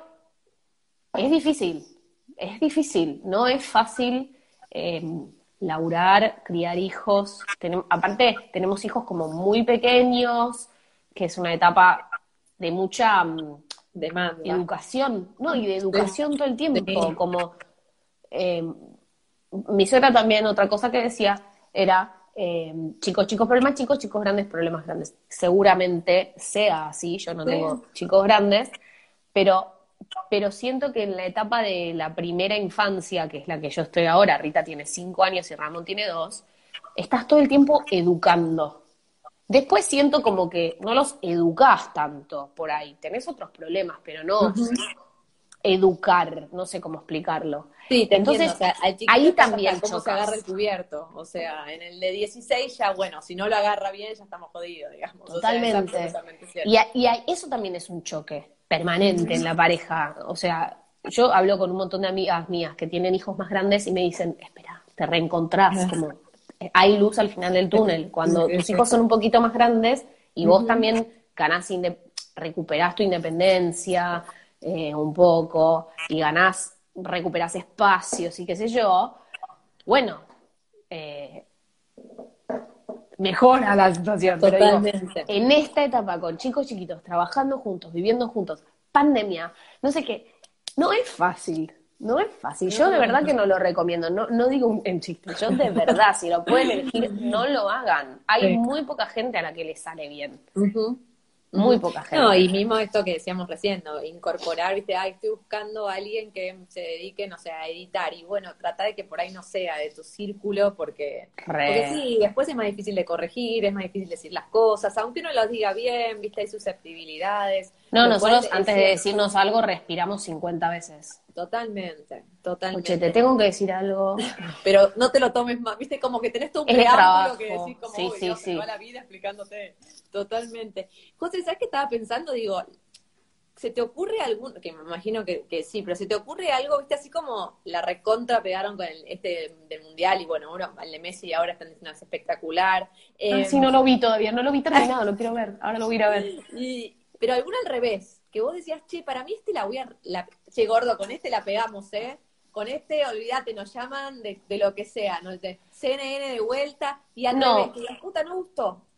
es difícil, no es fácil laburar, criar hijos. Aparte, tenemos hijos como muy pequeños, que es una etapa de mucha Demanda. educación, ¿no? Y de educación todo el tiempo, Sí. como eh, mi suegra también, otra cosa que decía era, chicos, problemas chicos, chicos grandes, problemas grandes. Seguramente sea así, yo no tengo chicos grandes, pero siento que en la etapa de la primera infancia, que es la que yo estoy ahora, Rita tiene 5 años y Ramón tiene 2, estás todo el tiempo educando. Después siento como que no los educás tanto por ahí, tenés otros problemas, pero no educar, no sé cómo explicarlo. Sí, te entiendo. Entonces, O sea, al chiquito ahí pasa también hasta cómo se chocas. agarra el cubierto. O sea, en el de 16 ya, bueno, si no lo agarra bien, ya estamos jodidos, digamos. Totalmente. O sea, es absolutamente cierto. Eso también es un choque permanente en la pareja. O sea, yo hablo con un montón de amigas mías que tienen hijos más grandes y me dicen, espera, te reencontrás, como hay luz al final del túnel. Cuando tus hijos son un poquito más grandes y vos también recuperás tu independencia un poco y recuperás espacios y qué sé yo, bueno, mejora la situación. Pero digo, Totalmente. en esta etapa con chicos chiquitos, trabajando juntos, viviendo juntos, pandemia, no sé qué, no es fácil. No es fácil. Yo de verdad que no lo recomiendo. No digo en chiste. Yo de verdad, si lo pueden elegir, no lo hagan. Hay Sí. muy poca gente a la que le sale bien. Ujú. Muy poca gente. No, y mismo esto que decíamos recién, ¿no? Incorporar, viste, estoy buscando a alguien que se dedique, no sé, a editar, y bueno, trata de que por ahí no sea de tu círculo, porque sí, después es más difícil de corregir, es más difícil decir las cosas, aunque uno las diga bien, viste, hay susceptibilidades. No, lo nosotros cual antes de decirnos algo respiramos 50 veces. Totalmente. Oye, te tengo que decir algo. Pero no te lo tomes más, viste, como que tenés todo un Es de preámbulo que trabajo. decís como, Sí, uy, sí, Dios, se me sí. va la vida explicándote. Totalmente. José, ¿sabes qué estaba pensando? Digo, ¿se te ocurre algún, que me imagino que sí, pero ¿se te ocurre algo, viste, así como la recontra pegaron con del Mundial y bueno, uno, el de Messi y ahora están diciendo es espectacular? Sí, no lo vi todavía, no lo vi terminado, lo quiero ver. Ahora lo voy a ir a ver. Pero alguna al revés, que vos decías, che, para mí la voy a, che, gordo, con este la pegamos, ¿eh? Con este, olvídate, nos llaman de lo que sea, ¿no? De CNN de vuelta y al revés, que la puta no gustó.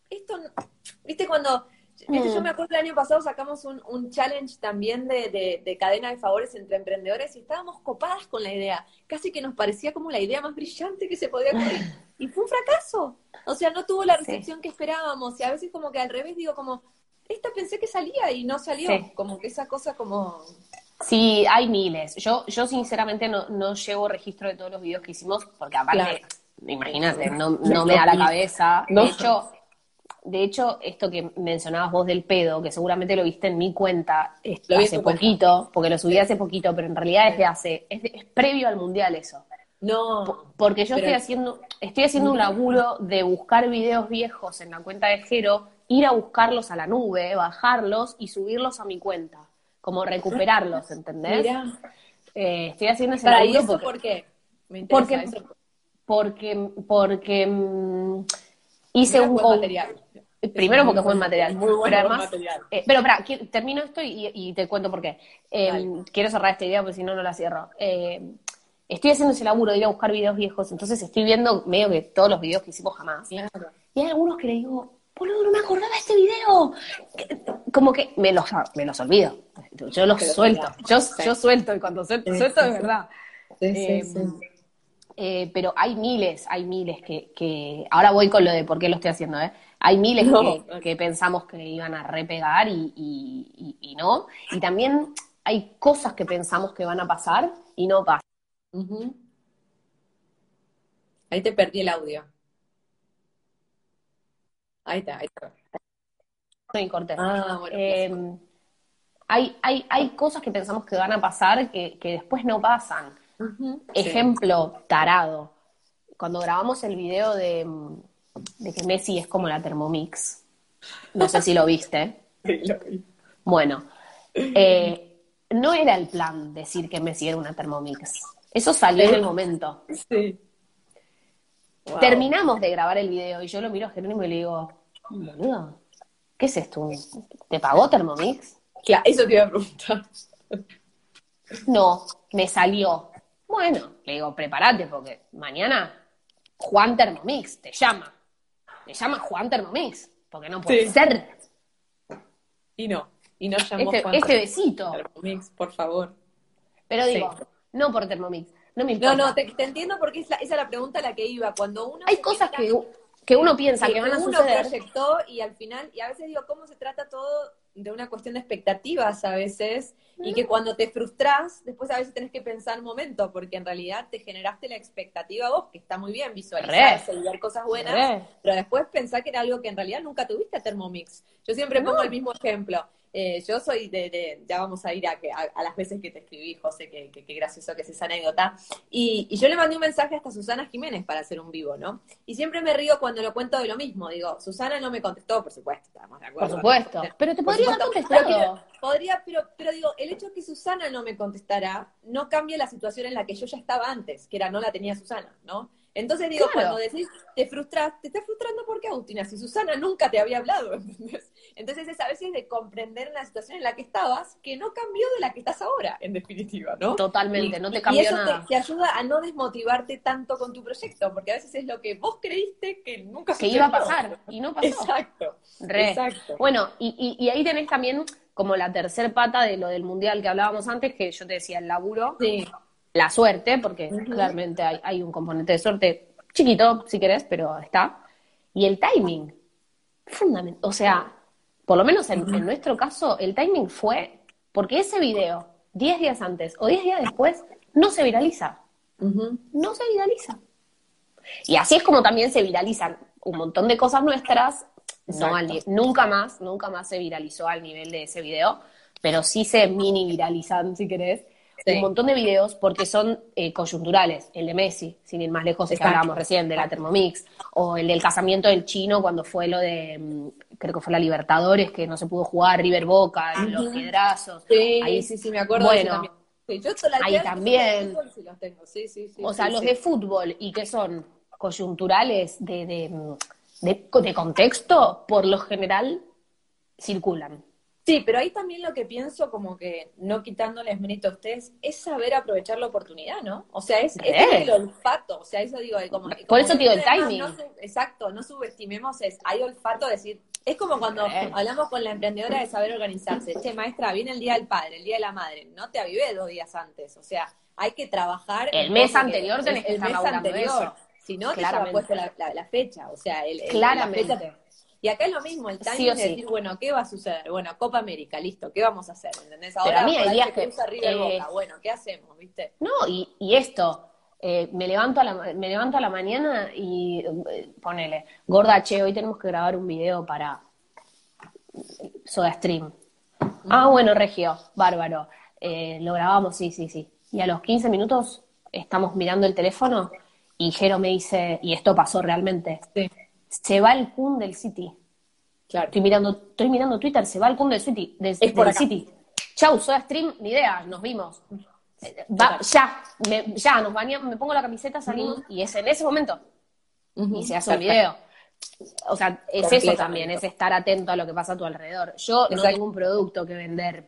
esto, viste cuando, viste, yo me acuerdo el año pasado sacamos un challenge también de cadena de favores entre emprendedores y estábamos copadas con la idea, casi que nos parecía como la idea más brillante que se podía ocurrir, y fue un fracaso, o sea, no tuvo la recepción que esperábamos, y a veces como que al revés digo como, esta pensé que salía y no salió, como que esa cosa como... Sí, hay miles. Yo sinceramente no llevo registro de todos los videos que hicimos, porque aparte, imagínate, no me da la cabeza. No. De hecho, esto que mencionabas vos del pedo, que seguramente lo viste en mi cuenta Lo vi en hace tu cuenta. poquito, porque lo subí hace poquito, pero en realidad es previo al mundial eso. No. Porque yo pero- estoy haciendo un laburo de buscar videos viejos en la cuenta de Jero, ir a buscarlos a la nube, bajarlos y subirlos a mi cuenta. Como recuperarlos, ¿entendés? Mirá. Estoy haciendo ese ¿Para y laburo eso por qué? Me interesa eso. porque hice Primero un... fue material. Primero porque fue material. Muy bueno pero además, material. pero pará, termino esto y te cuento por qué. Dale. Quiero cerrar esta idea porque si no, no la cierro. Estoy haciendo ese laburo de ir a buscar videos viejos, entonces estoy viendo medio que todos los videos que hicimos jamás. Claro. Y hay algunos que le digo, boludo, no me acordaba de este video. Como que me los olvido. Yo los Pero suelto. sí. Yo suelto y cuando suelto de verdad. Sí. Pero hay miles que... Ahora voy con lo de por qué lo estoy haciendo, ¿eh? Hay miles que pensamos que iban a repegar y no. Y también hay cosas que pensamos que van a pasar y no pasan. Ujú. Ahí te perdí el audio. Ahí está, ahí está. No y corté. Ah, bueno. Hay cosas que pensamos que van a pasar que después no pasan. Ujú. Ejemplo tarado. Cuando grabamos el video de que Messi es como la Thermomix, no sé si lo viste. Sí, lo vi. Bueno, no era el plan decir que Messi era una Thermomix. Eso salió en el momento. Sí. Wow. Terminamos de grabar el video y yo lo miro a Jerónimo y le digo, boludo, ¿qué es esto? ¿Te pagó Thermomix? Claro, eso te iba a preguntar. No, me salió. Bueno, le digo, prepárate porque mañana Juan Thermomix te llama. Te llama Juan Thermomix, porque no puede ser. Y no llamó Juan Este besito. Thermomix, por favor. Pero digo, no por Thermomix, no me importa. No, te entiendo porque esa es la pregunta a la que iba. Cuando uno Hay cosas que uno piensa que van a uno suceder. proyectó y al final, y a veces digo, ¿cómo se trata todo de una cuestión de expectativas a veces? Y que cuando te frustras, después a veces tenés que pensar un momento, porque en realidad te generaste la expectativa vos, que está muy bien visualizarse y ver cosas buenas, pero después pensar que era algo que en realidad nunca tuviste a Thermomix. Yo siempre pongo el mismo ejemplo. Yo soy ya vamos a ir a las veces que te escribí, José, que gracioso que es esa anécdota. Y yo le mandé un mensaje hasta Susana Jiménez para hacer un vivo, ¿no? Y siempre me río cuando lo cuento de lo mismo. Digo, Susana no me contestó, por supuesto, estamos de acuerdo. Por supuesto. Pero te podría haber contestado. Pero digo, el hecho de que Susana no me contestara no cambia la situación en la que yo ya estaba antes, que era no la tenía Susana, ¿no? Entonces digo, cuando decís, te frustras, te estás frustrando porque Agustina, si Susana nunca te había hablado, ¿entendés? Entonces es a veces de comprender la situación en la que estabas, que no cambió de la que estás ahora, en definitiva, ¿no? Totalmente, no te cambió nada. Y eso te ayuda a no desmotivarte tanto con tu proyecto, porque a veces es lo que vos creíste que nunca que iba a pasar, y no pasó. Exacto. Bueno, y ahí tenés también como la tercer pata de lo del mundial que hablábamos antes, que yo te decía, el laburo. Sí. La suerte, porque claramente hay un componente de suerte chiquito, si querés, pero está. Y el timing, fundamental. O sea, por lo menos en nuestro caso, el timing fue porque ese video, 10 días antes o 10 días después, no se viraliza. No se viraliza. Y así es como también se viralizan un montón de cosas nuestras. No nunca más se viralizó al nivel de ese video, pero sí se mini viralizan, si querés. Un montón de videos porque son coyunturales. El de Messi, sin ir más lejos, el que hablábamos recién, de la Thermomix, o el del casamiento del chino cuando fue lo de, creo que fue la Libertadores, que no se pudo jugar, River Boca, los piedrazos. Sí, ahí, sí, me acuerdo bueno, de eso también. Sí, yo ahí también. Sí los tengo. Sí, o sea, los de fútbol y que son coyunturales de contexto, por lo general, circulan. Sí, pero ahí también lo que pienso, como que no quitándoles mérito a ustedes, es saber aprovechar la oportunidad, ¿no? O sea, es tener el Re. olfato, o sea, eso digo, Por como eso que te digo el además timing. exacto, no subestimemos, hay olfato de decir, es como cuando Re. hablamos con la emprendedora de saber organizarse, che, maestra, viene el Día del Padre, el Día de la Madre, no te avivé 2 días antes, o sea, hay que trabajar El en mes pos de que anterior tenés que el estar mes laburando anterior, eso. si no te lleva puesta Claramente. la fecha, o sea, la fecha. Claramente. Y acá es lo mismo, el Sí o timing de sí. decir, bueno, ¿qué va a suceder? Bueno, Copa América, listo, ¿qué vamos a hacer? ¿Entendés? Pero a Ahora mí por hay ahí días se que... cruza River Boca, bueno, ¿qué hacemos? ¿Viste? no, y esto, me levanto a la mañana y ponele, gorda, che, hoy tenemos que grabar un video para SodaStream. Ah, bueno, Regio, bárbaro. Lo grabamos, sí, sí, sí. Y a los 15 minutos estamos mirando el teléfono y Jero me dice, y esto pasó realmente, Sí, se va el Kun del City. claro. Estoy mirando Twitter, se va el Kun del City, Es por del acá. City. Chau, SodaStream, ni idea, nos vimos. Va, Total. ya, nos bañamos, me pongo la camiseta, salimos, Ujú, y es en ese momento. Y se hace un perfecto, video. O sea, es eso también, completamente. es estar atento a lo que pasa a tu alrededor. Yo no Exacto. tengo un producto que vender,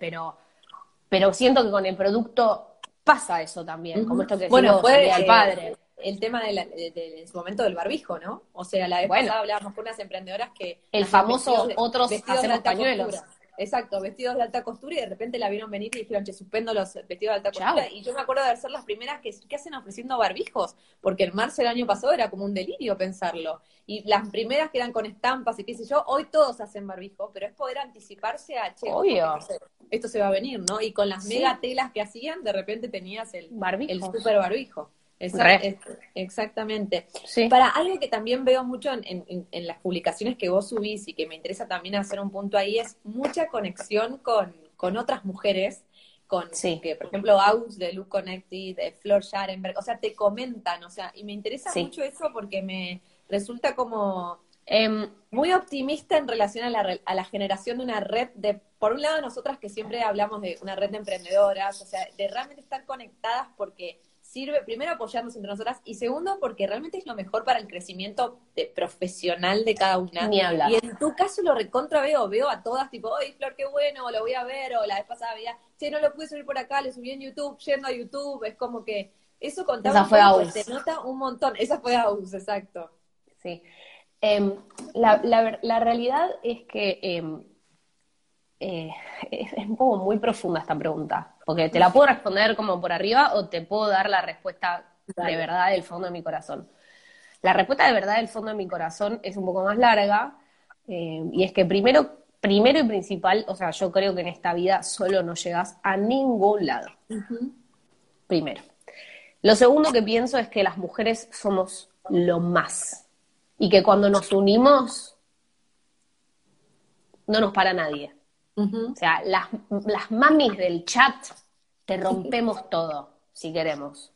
pero siento que con el producto pasa eso también, como Ujú. esto que decís Bueno, vos, el fue Día del Padre. el tema en su momento del barbijo, ¿no? O sea, la vez Bueno, pasada hablábamos con unas emprendedoras que el hacían vestidos famoso otros vestidos de hacemos alta pañuelos. costura. Exacto, vestidos de alta costura y de repente la vieron venir y dijeron, che, suspendo los vestidos de alta costura. Chau. Y yo me acuerdo de ser las primeras que hacen ofreciendo barbijos, porque en marzo del año pasado era como un delirio pensarlo. Y las primeras que eran con estampas y qué sé yo, hoy todos hacen barbijo, pero es poder anticiparse a, che, ojo, que Obvio. esto se va a venir, ¿no? Y con las mega Sí, telas que hacían, de repente tenías el barbijos. super barbijo. Re. Exactamente. Sí, Para algo que también veo mucho en las publicaciones que vos subís y que me interesa también hacer un punto ahí es mucha conexión con otras mujeres, con sí, que por ejemplo Aus de Look Connected, de Flor Scharenberg, o sea, te comentan, o sea, y me interesa sí. mucho eso porque me resulta como Em, muy optimista en relación a la generación de una red de, por un lado, nosotras que siempre hablamos de una red de emprendedoras, o sea, de realmente estar conectadas porque sirve, primero, apoyarnos entre nosotras y segundo, porque realmente es lo mejor para el crecimiento profesional de cada una. ni hablar. Y en tu caso lo recontra veo a todas tipo, ¡ay, Flor, qué bueno! Lo voy a ver, o la vez pasada veía, che, no lo pude subir por acá, lo subí en YouTube, yendo a YouTube, es como que eso contaba Esa un fue poco, pues se Aus. nota un montón. Esa fue Aus, exacto. Sí. Em, la realidad es que eh, es un poco muy profunda esta pregunta, porque te la puedo responder como por arriba o te puedo dar la respuesta de Dale. verdad del fondo de mi corazón. La respuesta de verdad del fondo de mi corazón es un poco más larga y es que primero y principal, o sea, yo creo que en esta vida solo no llegas a ningún lado. Ujú. Primero. Lo segundo que pienso es que las mujeres somos lo más y que cuando nos unimos no nos para nadie. O Ujú. sea, las mamis del chat te rompemos todo, si queremos.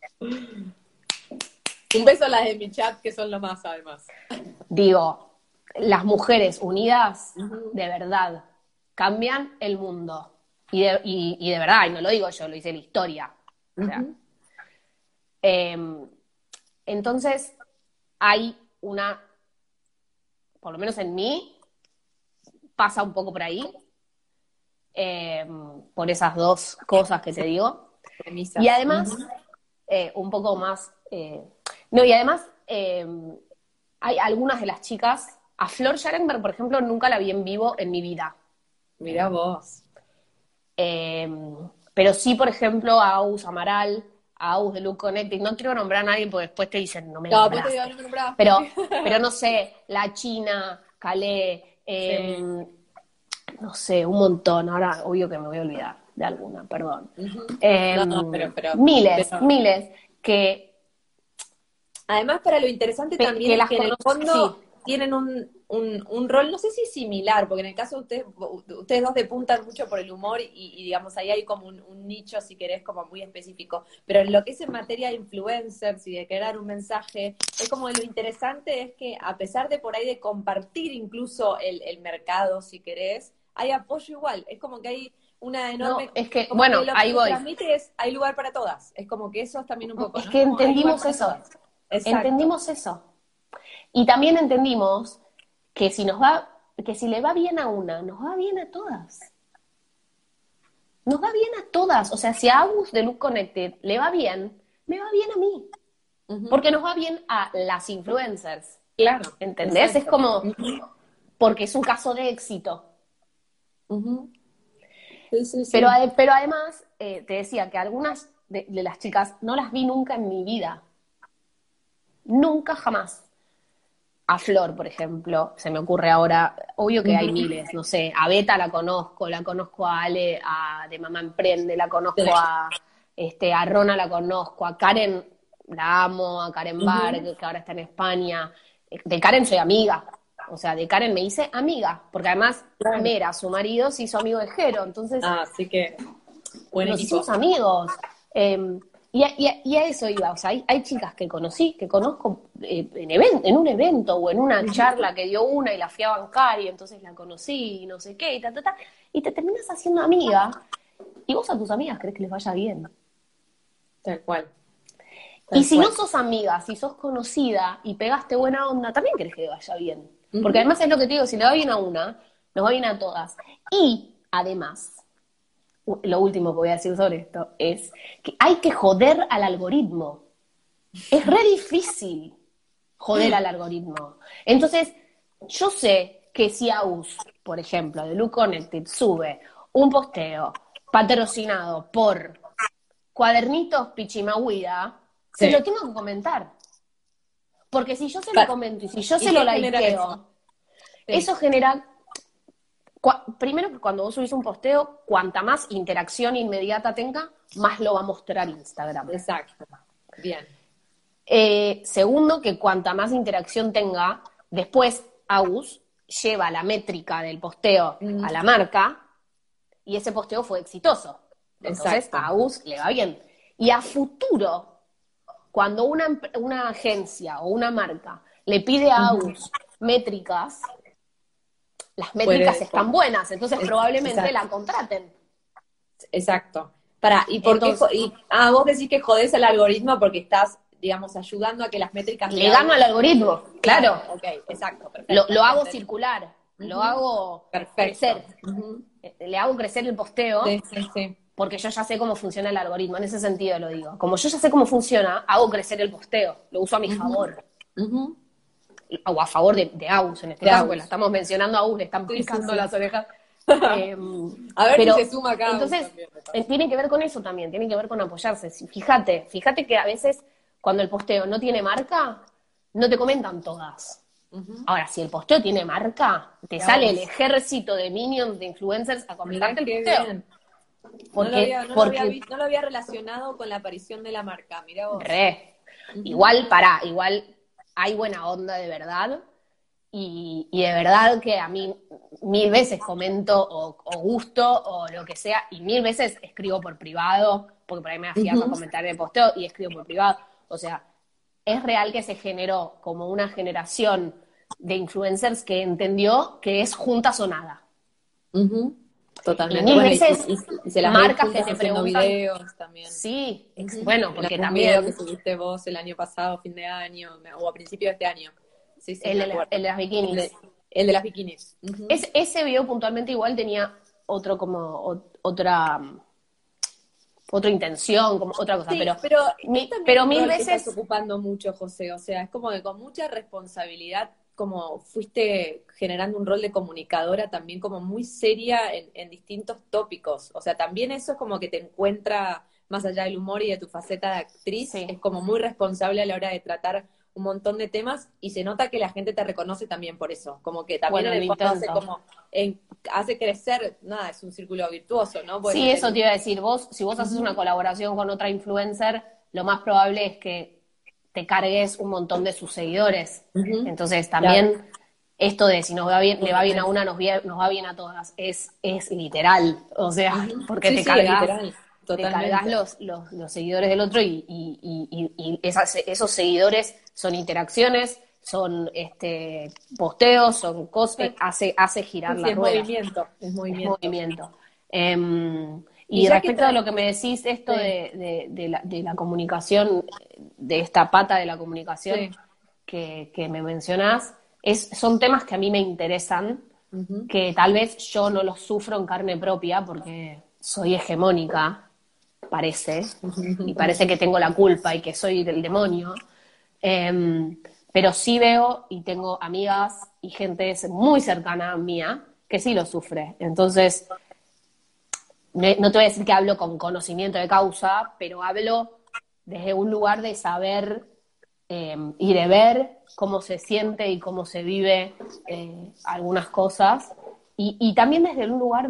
Un beso a las de mi chat, que son lo más, además. Digo, las mujeres unidas, Ujú. de verdad, cambian el mundo. Y de verdad, y no lo digo yo, lo dice la historia. O sea, Ujú. eh, entonces hay por lo menos en mí, pasa un poco por ahí, eh, por esas dos cosas que te digo. Y Premisas. además, Ujú. un poco más. No, y además, hay algunas de las chicas. A Flor Scharenberg, por ejemplo, nunca la vi en vivo en mi vida. Mirá vos. Eh, pero sí, por ejemplo, a Aus Amaral, a Aus de Look Connected. No quiero nombrar a nadie porque después te dicen, no me No, pues te digo, nombraste. no me nombraste. Pero no sé, La China, Calé, Sí. no sé, un montón. Ahora, obvio que me voy a olvidar de alguna, perdón. Ujú. Eh, No, miles, pero miles, además, para lo interesante también que es las que en el conocí, sí, fondo tienen un rol, no sé si similar, porque en el caso de ustedes dos depuntan mucho por el humor digamos, ahí hay como un nicho, si querés, como muy específico. Pero en lo que es en materia de influencers y de querer dar un mensaje, es como lo interesante es que a pesar de por ahí de compartir incluso el mercado, si querés, hay apoyo igual. Es como que hay una no, enorme, es que, como que bueno, lo que ahí se voy. transmite es, hay lugar para todas. Es como que eso es también un poco, Es ¿no? que Es como, hay lugar entendimos para eso, todas. Exacto. entendimos eso. Y también entendimos que si le va bien a una, nos va bien a todas. nos va bien a todas. O sea, si a Agus de Look Connected le va bien, me va bien a mí. Porque nos va bien a las influencers. Claro. ¿Entendés? Exacto. Es como, porque es un caso de éxito. Sí. Pero además, te decía que algunas de las chicas no las vi nunca en mi vida. Nunca, jamás. A Flor, por ejemplo, se me ocurre ahora, obvio que hay miles, no sé, a Beta la conozco a Ale de Mamá Emprende, la conozco a Rona la conozco, a Karen la amo, a Karen Barg, que ahora está en España. De Karen soy amiga, o sea, de Karen me hice amiga, porque además Mera, su marido, se hizo amigo de Jero, entonces así que buen nos equipo. hicimos amigos. Y a eso iba, o sea, hay chicas que conozco en un evento o en una charla que dio una y la fui a bancar y entonces la conocí y no sé qué, y te terminas haciendo amiga y vos a tus amigas querés que les vaya bien. Tal cual. Y si no sos amiga, si sos conocida y pegaste buena onda, también querés que le vaya bien. Porque además es lo que te digo, si le va bien a una, nos va bien a todas. Y además, lo último que voy a decir sobre esto es que hay que joder al algoritmo. Es re difícil joder al algoritmo. Entonces, yo sé que si Aus, por ejemplo, de Look Connected, sube un posteo patrocinado por Cuadernitos Pichimahuida, se lo tengo que comentar. Porque si yo se lo comento y si yo se lo likeo, eso genera... Primero que cuando vos subís un posteo, cuanta más interacción inmediata tenga, más lo va a mostrar Instagram. Exacto. Bien. Segundo, que cuanta más interacción tenga, después Agus lleva la métrica del posteo a la marca y ese posteo fue exitoso. Entonces a Agus le va bien. Y a futuro, cuando una agencia o una marca le pide a Agus métricas, las métricas están buenas, entonces probablemente la contraten. Exacto. ¿Y por qué? Vos decís que jodés al algoritmo porque estás, digamos, ayudando a que las métricas... Le gano al algoritmo, claro. Ok, exacto, perfecto. Lo hago circular, lo hago crecer. Le hago crecer el posteo, porque yo ya sé cómo funciona el algoritmo, en ese sentido lo digo. Como yo ya sé cómo funciona, hago crecer el posteo, lo uso a mi favor. O a favor de Agus, en este caso, porque la estamos mencionando a Agus, le están picando las orejas. A ver si se suma acá. Entonces, tiene que ver con eso también, tiene que ver con apoyarse. Fíjate que a veces cuando el posteo no tiene marca, no te comentan todas. Ahora, si el posteo tiene marca, te sale el ejército de minions, de influencers a comentarte el posteo. Bien. No lo había relacionado con la aparición de la marca, mirá vos. Igual hay buena onda de verdad. Y de verdad que a mí 1000 veces comento o gusto o lo que sea, y 1000 veces escribo por privado, porque por ahí me hacía comentar en el posteo y escribo por privado. O sea, es real que se generó como una generación de influencers que entendió que es juntas o nada. Totalmente. Y 1000 veces y se las marcas que te preguntan videos también. Sí, bueno, porque también video que subiste vos el año pasado, fin de año, o a principio de este año. Sí, el de las bikinis. El de las bikinis. Ese video puntualmente igual tenía otra intención, como otra cosa, pero 1000 veces estás ocupando mucho, José, o sea, es como que con mucha responsabilidad, como fuiste generando un rol de comunicadora también como muy seria en distintos tópicos, o sea, también eso es como que te encuentra, más allá del humor y de tu faceta de actriz, es como muy responsable a la hora de tratar un montón de temas, y se nota que la gente te reconoce también por eso, como que también en el fondo hace crecer, nada, es un círculo virtuoso, ¿no? Sí, eso te iba a decir, si vos haces una colaboración con otra influencer, lo más probable es que te cargues un montón de sus seguidores. Entonces también esto de si nos va bien, le va bien a una, nos va bien a todas, es literal, o sea, porque te cargas los seguidores del otro y esos seguidores son interacciones, son posteos, son cosas, hace girar la rueda. Es movimiento. Y respecto a lo que me decís, esto de la comunicación, de esta pata de la comunicación que me mencionás, son temas que a mí me interesan, que tal vez yo no los sufro en carne propia, porque soy hegemónica, parece, y parece que tengo la culpa y que soy del demonio. Pero sí veo y tengo amigas y gente muy cercana mía que sí lo sufre. Entonces, no te voy a decir que hablo con conocimiento de causa, pero hablo desde un lugar de saber y de ver cómo se siente y cómo se vive algunas cosas. Y también desde un lugar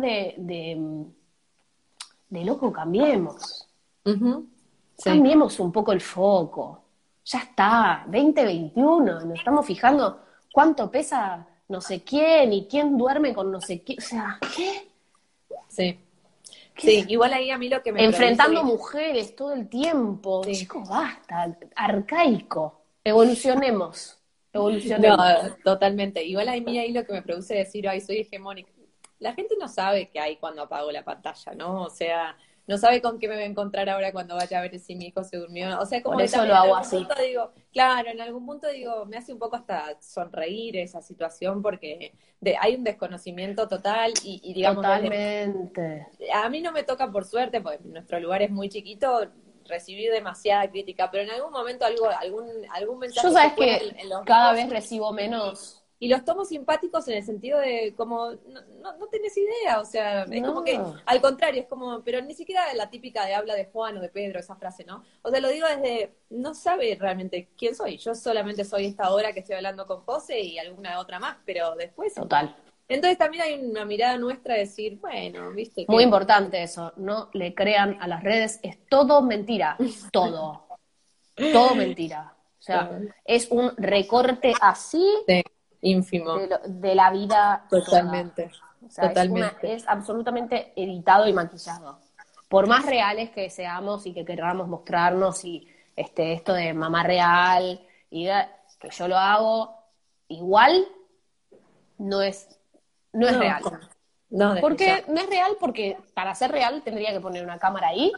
de loco, cambiemos. Ujú. Sí. Cambiemos un poco el foco. Ya está, 2021, nos estamos fijando cuánto pesa no sé quién y quién duerme con no sé quién. O sea, ¿qué? Sí. ¿Qué? Sí, igual ahí a mí lo que me Enfrentando produce... mujeres todo el tiempo. Sí. Chicos, basta, arcaico. Evolucionemos, No, evolucionemos. totalmente. Igual a mí ahí lo que me produce decir, ay, soy hegemónica. La gente no sabe qué hay cuando apago la pantalla, ¿no? O sea, no sabe con qué me va a encontrar ahora cuando vaya a ver si mi hijo se durmió. O sea, como Por que eso lo también en hago algún así. punto digo, claro, en algún punto digo, me hace un poco hasta sonreír esa situación porque hay un desconocimiento total y digamos, desde Totalmente. a mí no me toca por suerte, porque nuestro lugar es muy chiquito, recibir demasiada crítica, pero en algún momento algún Yo mensaje que sabes cuela que en los cada vivos vez recibo menos. y los tomo simpáticos en el sentido de como, no tenés idea, o sea, es como que, No, al contrario, es como, pero ni siquiera la típica de habla de Juan o de Pedro, esa frase, ¿no? O sea, lo digo desde, no sabe realmente quién soy, yo solamente soy esta hora que estoy hablando con José y alguna otra más, pero después, total. entonces también hay una mirada nuestra de decir, bueno, viste Muy que importante eso. No le crean a las redes. Es todo mentira. Todo. Todo mentira. O sea, es un recorte así sí, ínfimo, de la vida toda. totalmente, O sea, totalmente. es absolutamente editado y maquillado. Por más reales que seamos y que queramos mostrarnos y esto de mamá real que yo lo hago, igual no es, no es No, real. no, desde ya. Porque no es real porque para ser real tendría que poner una cámara ahí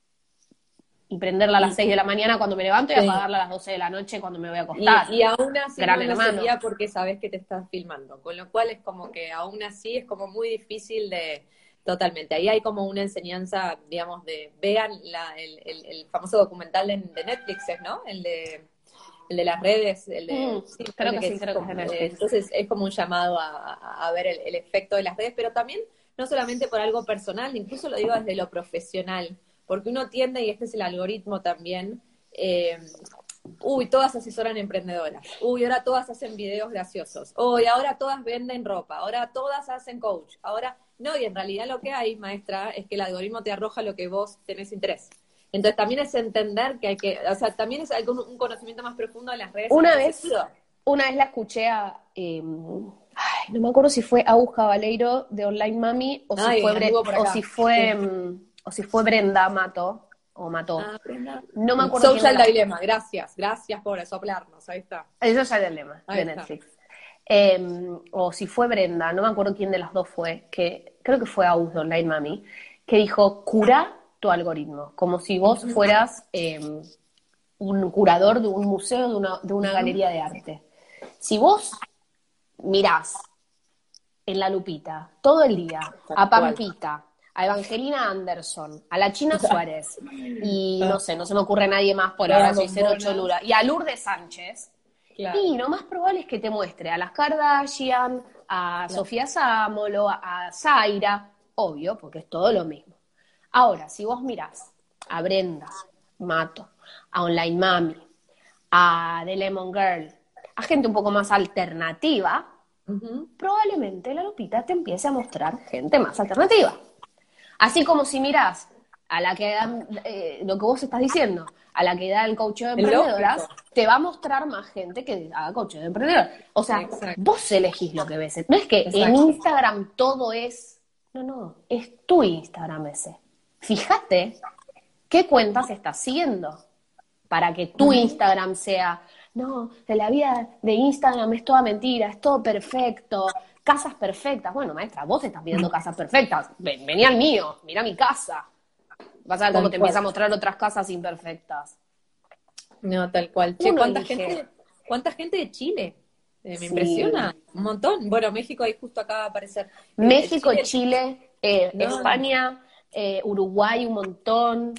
y prenderla a las Y, 6 de la mañana cuando me levanto y sí, apagarla a las 12 de la noche cuando me voy a acostar. y aún así Gran no lo hermano. sería porque sabes que te estás filmando, con lo cual es como que aún así es como muy difícil de... Totalmente, ahí hay como una enseñanza, digamos, de vean el famoso documental de Netflix, ¿no? El de las redes, sí, me Creo parece que que sí, es creo que es de Netflix. entonces es como un llamado a ver el efecto de las redes, pero también no solamente por algo personal, incluso lo digo desde lo profesional, porque uno tiende, y este es el algoritmo también, uy, todas asesoran emprendedoras, uy, ahora todas hacen videos graciosos, uy, ahora todas venden ropa, ahora todas hacen coach, ahora no, y en realidad lo que hay, maestra, es que el algoritmo te arroja lo que vos tenés interés. Entonces también es entender que hay que, o sea, también es algo, un conocimiento más profundo de las redes en Una ese vez, sentido. una vez la escuché no me acuerdo si fue Agus Cabaleiro de Online Mami o si Ay, fue anduvo por acá. Sí. o si fue Brenda Mató o Mató. Ah, Brenda. No me acuerdo quién de Social las. Dilemma, gracias, gracias por soplarnos, ahí está. Eso ya es el lema Ahí de está. Netflix. O si fue Brenda, no me acuerdo quién de las dos fue, que creo que fue Aus de Online Mami, que dijo, cura tu algoritmo, como si vos fueras un curador de un museo, de una Ujú. galería de arte. Si vos mirás en la lupita todo el día Tal a cual. Pampita, a Evangelina Anderson, a la China Suárez, y no sé, no se me ocurre nadie más por ahora, Todas soy cero bombonas, cholula, y a Lourdes Sánchez, claro, y lo más probable es que te muestre a las Kardashian, a claro. Sofía Sámolo, a Zaira, obvio, porque es todo lo mismo. Ahora, si vos mirás a Brenda Mato, a Online Mami, a The Lemon Girl, a gente un poco más alternativa, Ujú. probablemente la lupita te empiece a mostrar gente más alternativa. Así como si mirás a la que da, lo que vos estás diciendo, a la que da el coaching de Es lógico, emprendedoras, te va a mostrar más gente que haga coaching de emprendedoras. O sea, exacto, vos elegís lo que ves. No es que en exacto. Instagram todo es. No, no, es tu Instagram ese. Fíjate qué cuentas estás siguiendo para que tu Ujú. Instagram sea, no, de la vida de Instagram es toda mentira, es todo perfecto, casas perfectas. Bueno, maestra, vos estás viendo casas perfectas, vení al mío, mira mi casa. Vas a ver cómo Tal te cual. empieza a mostrar otras casas imperfectas. No, tal cual. Che, Uno elige, cuánta gente de Chile? Me si impresiona, un montón. Bueno, México ahí justo acaba de aparecer. México, Chile, Chile, no, España, Uruguay un montón.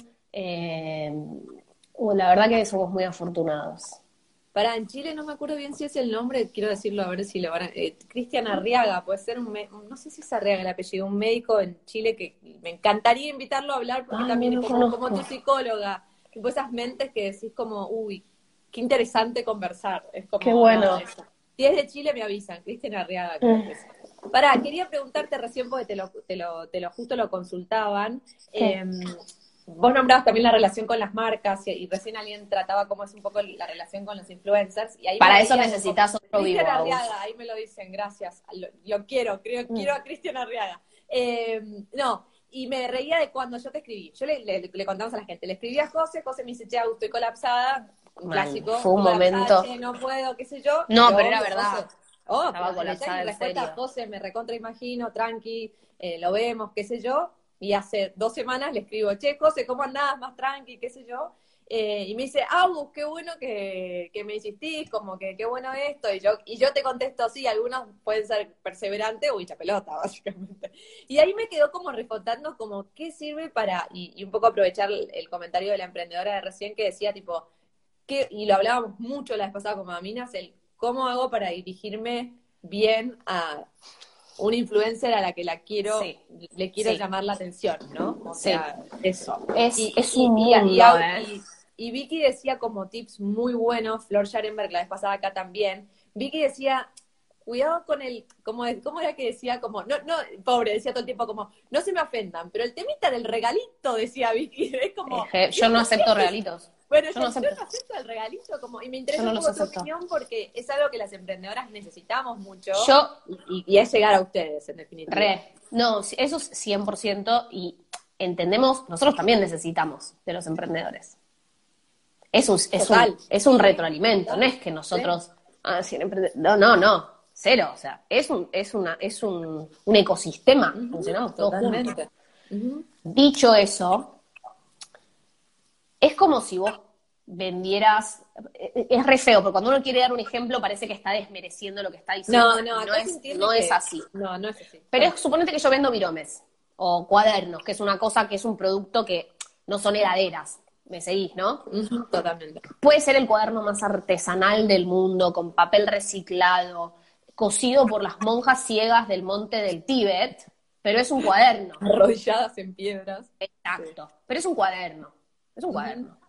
La verdad que somos muy afortunados. En Chile no me acuerdo bien si es el nombre, quiero decirlo a ver si lo van a... Cristian Arriaga, puede ser no sé si es Arriaga el apellido, un médico en Chile que me encantaría invitarlo a hablar porque Ay, también no es lo como tu conozco. psicóloga, tipo esas mentes que decís como, uy, qué interesante conversar, es Qué como nada bueno. eso. Si es de Chile me avisan, Cristian Arriaga creo que Eh, es. Quería preguntarte recién porque te lo justo lo consultaban. ¿Qué? Vos nombrabas también la relación con las marcas y recién alguien trataba cómo es un poco la relación con los influencers y ahí me Para eso reía de necesitas otro Cristian vivo, Agus. Arriaga, ahí me lo dicen, gracias, lo quiero, quiero Mm. a Cristian Arriaga. No, y me reía de cuando yo te escribí, yo le contamos a la gente, le escribí a José, José me dice, che, estoy colapsada, un Mal. clásico, Fue estoy un colapsada, momento. che, no puedo, qué sé yo, No, y pero era obvio, José, verdad. pero Estaba me colapsada mi en respuesta, serio. José, me recontra imagino, tranqui, lo vemos, qué sé yo, y hace 2 semanas le escribo, che, José, ¿cómo andás? Más tranqui, qué sé yo. Y me dice, Agus, qué bueno que me insistís, como que qué bueno esto. Y yo te contesto, sí, algunos pueden ser perseverantes o hincha pelota, básicamente. Y ahí me quedó como refotando como qué sirve para, y un poco aprovechar el comentario de la emprendedora de recién que decía tipo, y lo hablábamos mucho la vez pasada con Maminas, el cómo hago para dirigirme bien a un influencer a la que Sí, le quiero sí, llamar la atención, ¿no? O sí. sea, eso. Es un mundo, ¿eh? Y Vicky decía como tips muy buenos, Flor Scharenberg la vez pasada acá también. Vicky decía, cuidado con ¿cómo era que decía? Como, no, no, pobre, decía todo el tiempo como, no se me ofendan, pero el temita del regalito, decía Vicky, es como, Yo no acepto regalitos. bueno, Yo no yo acepto. no acepto el regalito, y me Yo interesa no un los poco tu acepto. opinión porque es algo que las emprendedoras necesitamos mucho Yo, y es llegar a ustedes, en definitiva. no, eso es 100% y entendemos, nosotros también necesitamos de los emprendedores. Total. Es un retroalimento, no Total. es que Sí. nosotros, no, cero, o sea, es un ecosistema, Ujú, funcionamos todos juntos. totalmente. Ujú. Dicho eso, es como si vos vendieras, es re feo, porque cuando uno quiere dar un ejemplo parece que está desmereciendo lo que está diciendo No, no, y acá se entiende no es que así. no es así. Pero suponete que yo vendo viromes o cuadernos, que es una cosa que es un producto que no son heladeras. ¿Me seguís, no? Ujú, totalmente. Puede ser el cuaderno más artesanal del mundo, con papel reciclado, cosido por las monjas ciegas del monte del Tíbet, pero es un cuaderno. Arrodilladas en piedras. Sí. Exacto. Pero es un cuaderno. Es un Ujú. cuaderno.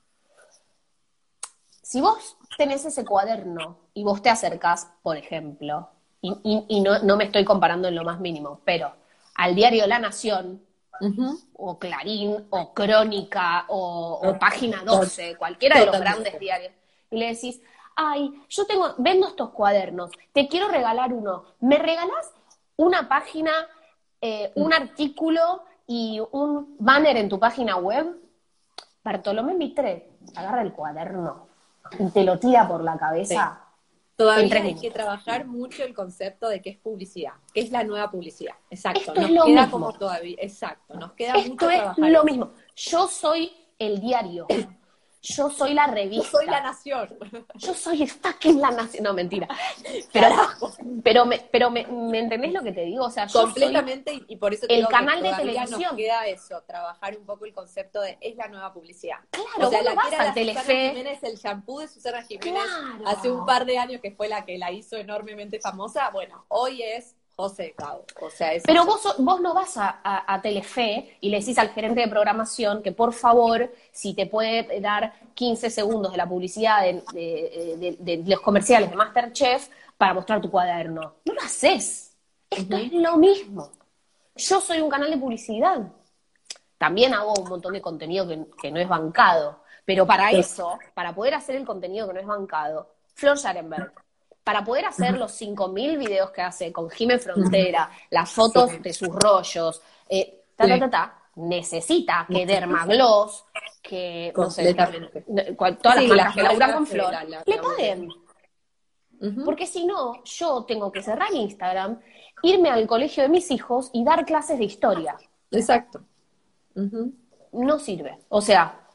Si vos tenés ese cuaderno y vos te acercás, por ejemplo, y no me estoy comparando en lo más mínimo, pero al diario La Nación, Ujú. o Clarín, o Crónica, o To- Página to- 12, cualquiera de los grandes Totalmente. diarios, y le decís, ay, vendo estos cuadernos, te quiero regalar uno, ¿me regalás una página, un artículo y un banner en tu página web? Bartolomé Mitre agarra el cuaderno y te lo tira por la Sí. cabeza en Todavía 3 hay que minutos. trabajar mucho el concepto de qué es publicidad, qué es la nueva publicidad. Exacto, Esto es nos lo queda mismo. como todavía, exacto, nos queda Esto mucho es trabajar lo eso. mismo. Yo soy el diario. Yo soy la Yo soy la revista. nación. Yo soy el fucking La Nación. No, mentira. Pero, Carajo. ¿me entendés lo que te digo? O sea, yo soy Completamente, y por eso te el digo que canal de todavía nos televisión. queda eso, trabajar un poco el concepto de es la nueva publicidad. O Claro, sea, vos no la que vas era al la Susana Telefe. Jiménez, el shampoo de Susana Jiménez hace un Claro. par de años que fue la que la hizo enormemente famosa, bueno, hoy es José Cabo, o sea, es Pero eso. vos no vas a Telefe y le decís al gerente de programación que por favor, si te puede dar 15 segundos de la publicidad de los comerciales de MasterChef para mostrar tu cuaderno. No lo haces. Esto es Ujú. lo mismo. Yo soy un canal de publicidad. También hago un montón de contenido que no es bancado. Pero para eso, para poder hacer el contenido que no es bancado, Flor Scharenberg, para poder hacer los 5.000 videos que hace con Jime Ujú. Frontera, las Sí, fotos de sus rollos, sí, necesita que necesita, Dermagloss, que, no sé, completamente. todas las Sí, las marcas que laburan marcas con Flor, le laburen. paguen. Ujú. Porque si no, yo tengo que cerrar Instagram, irme al colegio de mis hijos y dar clases de historia. Exacto. Ujú. No sirve. O sea,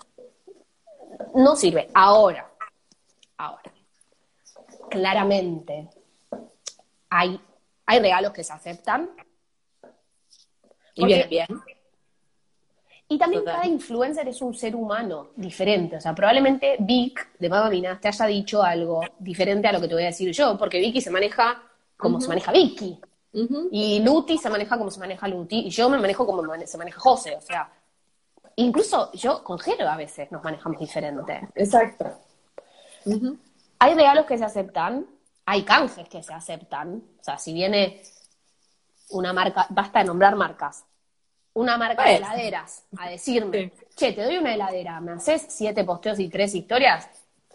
no sirve. Ahora, claramente, hay, hay regalos que se aceptan. Y viene Porque, bien. Y también Total. cada influencer es un ser humano diferente. O sea, probablemente Vic de Mamma Mina te haya dicho algo diferente a lo que te voy a decir yo, porque Vicky se maneja como se Ujú, maneja Vicky. ujú. Y Luti se maneja como se maneja Luti. Y yo me manejo como se maneja José. O sea, incluso yo con Jero a veces nos manejamos diferente. Exacto. Ujú. Hay regalos que se aceptan, hay canjes que se aceptan. O sea, si viene una marca, basta de nombrar marcas, una marca de Pues, heladeras a decirme, sí, che, te doy una heladera, ¿me haces 7 posteos y 3 historias?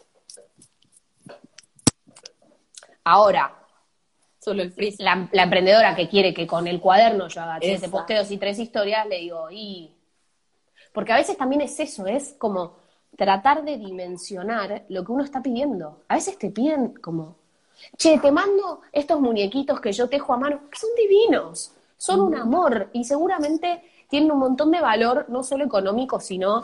Ahora, solo el freeze. la emprendedora que quiere que con el cuaderno yo haga 7 Esa. posteos y 3 historias, le digo, y... Porque a veces también es eso, es como tratar de dimensionar lo que uno está pidiendo. A veces te piden como, che, te mando estos muñequitos que yo tejo a mano, que son divinos, son un Ujú. amor y seguramente tienen un montón de valor, no solo económico, sino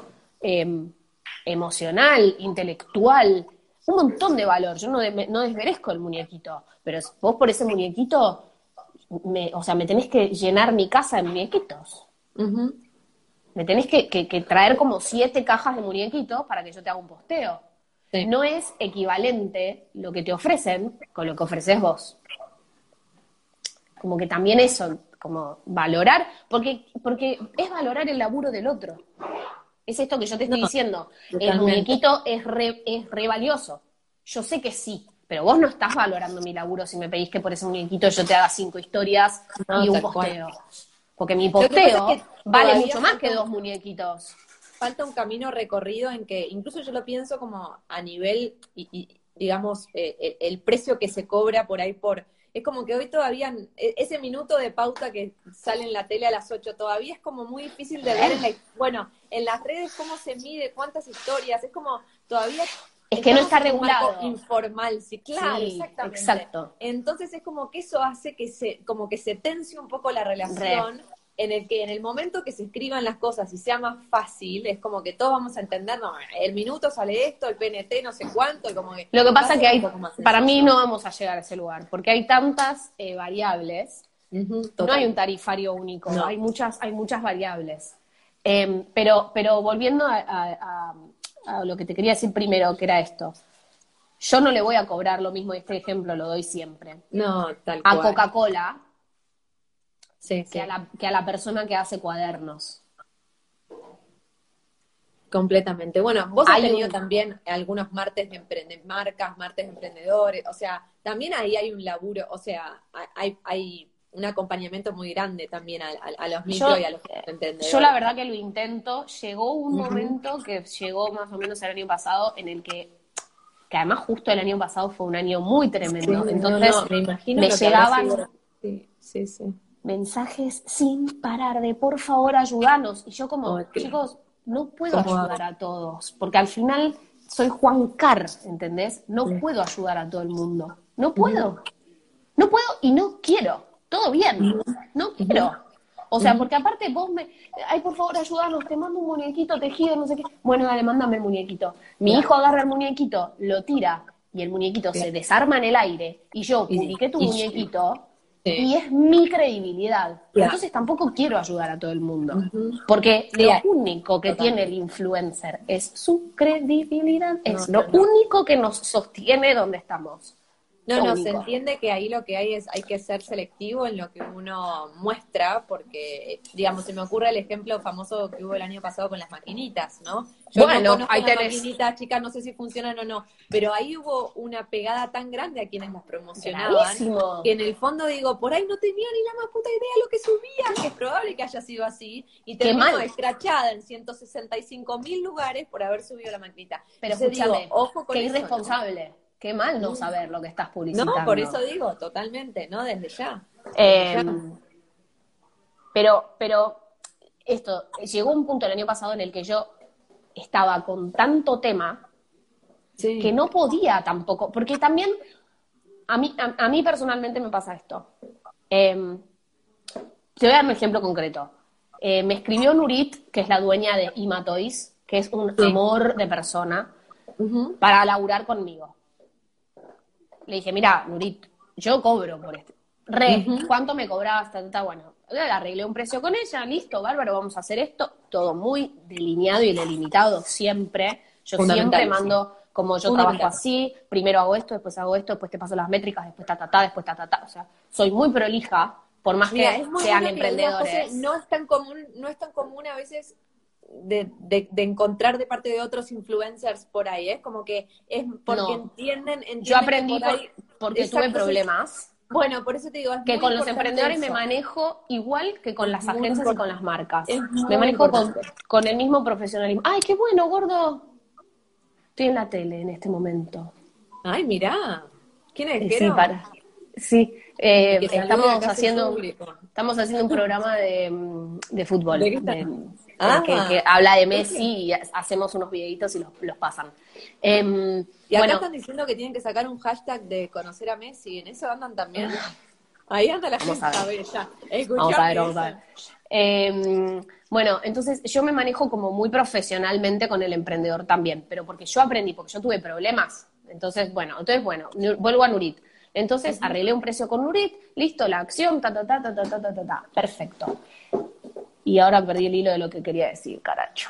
emocional, intelectual, un montón de valor. Yo no desmerezco el muñequito, pero vos por ese muñequito, o sea, me tenés que llenar mi casa de muñequitos. Ujú. Me tenés que traer como 7 cajas de muñequitos para que yo te haga un posteo. Sí. No es equivalente lo que te ofrecen con lo que ofreces vos. Como que también eso, como valorar, porque es valorar el laburo del otro. Es esto que yo te No, estoy diciendo. El totalmente. muñequito es re valioso. Yo sé que sí, pero vos no estás valorando mi laburo si me pedís que por ese muñequito yo te haga 5 historias No, y un tal cual. posteo. Porque mi Lo que pasa es posteo que vale todavía mucho más que 2 muñequitos. falta un camino recorrido en que incluso yo lo pienso como a nivel digamos, el precio que se cobra por ahí por... Es como que hoy todavía, ese minuto de pauta que sale en la tele a las 8 todavía es como muy difícil de ver bueno, en las redes cómo se mide, cuántas historias, es como todavía Es que no estamos está en un marco regulado. informal, sí, claro, Sí, exactamente. exacto. Entonces es como que eso hace como que se tense un poco la Re. relación en el que en el momento que se escriban las cosas y sea más fácil, es como que todos vamos a entender, no, el minuto sale esto, el PNT no sé cuánto, y como que Lo que va a pasa es que ser un poco más para mí sencillo. no vamos a llegar a ese lugar, porque hay tantas variables, Ujú, no hay total. un tarifario único, No. hay muchas variables. Pero volviendo a lo que te quería decir primero, que era esto, yo no le voy a cobrar lo mismo, este ejemplo lo doy siempre, No, tal a cual. Coca-Cola Sí, que a sí, la persona que hace cuadernos. completamente. Bueno, vos has Hay tenido un, también algunos martes de marcas, martes de emprendedores, o sea, también ahí hay un laburo, o sea, hay un acompañamiento muy grande también a los micro y Yo, a los yo la emprendedores. verdad que lo intento. Llegó un Ujú. momento que llegó más o menos el año pasado en el que además justo el año pasado fue un año muy Sí, tremendo. no, Entonces no, me imagino me lo que habrá llegaban sido. Sí, sí, sí. mensajes sin parar de por favor ayudanos. Y yo Oh, como, chicos, no puedo ¿cómo hago? ayudar a todos, porque al final soy Juan Car, ¿entendés? No Sí. puedo ayudar a todo el mundo. No Ujú, puedo. No puedo y no quiero. Todo bien. ujú, No ujú, quiero. O sea, ujú. porque aparte ay, por favor, ayúdanos, te mando un muñequito tejido, no sé qué. Bueno, dale, mándame el muñequito. Mi hijo Claro, agarra el muñequito, lo tira y el muñequito se claro. desarma en el aire y yo Y, publiqué tu y- muñequito sí, y es mi credibilidad. claro. Entonces tampoco quiero ayudar a todo el mundo. Ujú. Porque Sí, lo único que total. tiene el influencer es su credibilidad, No, es no, lo no. único que nos sostiene donde estamos. No, Lo no, se único. entiende que ahí lo que hay es, hay que ser selectivo en lo que uno muestra, porque, digamos, se me ocurre el ejemplo famoso que hubo el año pasado con las maquinitas, ¿no? Yo no Bueno, conozco ahí las tenés. maquinitas, chicas, no sé si funcionan o no, pero ahí hubo una pegada tan grande a quienes las promocionaban, Gravísimo. que en el fondo digo, por ahí no tenía ni la más puta idea lo que subían, que es probable que haya sido así, y Qué terminó mal. escrachada en 165.000 lugares por haber subido la maquinita. Pero Entonces digo, escúchame, ojo con qué eso, ¿no? irresponsable. Qué mal no saber lo que estás No, por eso publicitando. digo, totalmente, ¿no? Desde ya, desde Eh, ya. pero esto, llegó un punto el año pasado en el que yo estaba con tanto tema que Sí. no podía tampoco, porque también a mí personalmente me pasa esto. Eh, Te voy a dar un ejemplo concreto. Me escribió Nurit, que es la dueña de Imatois, que es un Sí. amor de persona, Ujú. para laburar conmigo. Le dije, mira, Nurit, yo cobro por esto. Ujú. ¿Cuánto me cobrabas? Bueno, le arreglé un precio con ella, listo, bárbaro, vamos a hacer esto. todo muy delineado y delimitado siempre. Yo siempre mando, como yo trabajo así, primero hago esto, después te paso las métricas, después después o sea, soy muy prolija, por más que sean emprendedores. No es tan común a veces de encontrar de parte de otros influencers por ahí, es como que es porque entienden yo aprendí por ahí, porque tuve problemas. Bueno, por eso te digo, es que muy con los emprendedores eso. me manejo igual que con las agencias y con las marcas. Me manejo con el mismo profesionalismo. ¡Ay, qué bueno, gordo! Estoy en la tele en este momento. ¡Ay, mirá! ¿Quién es? Sí, estamos haciendo un programa de fútbol. ¿De qué que habla de Messi y hacemos unos videitos y los pasan. Y acá están diciendo que tienen que sacar un hashtag de conocer a Messi. ¿En eso andan también? Ahí anda la gente. A ver, ya. Vamos a ver. Bueno, entonces yo me manejo como muy profesionalmente con el emprendedor también, pero porque yo aprendí, porque yo tuve problemas. Entonces, vuelvo a Nurit. Entonces arreglé un precio con Nurit, listo, la acción, perfecto. Y ahora perdí el hilo de lo que quería decir, caracho.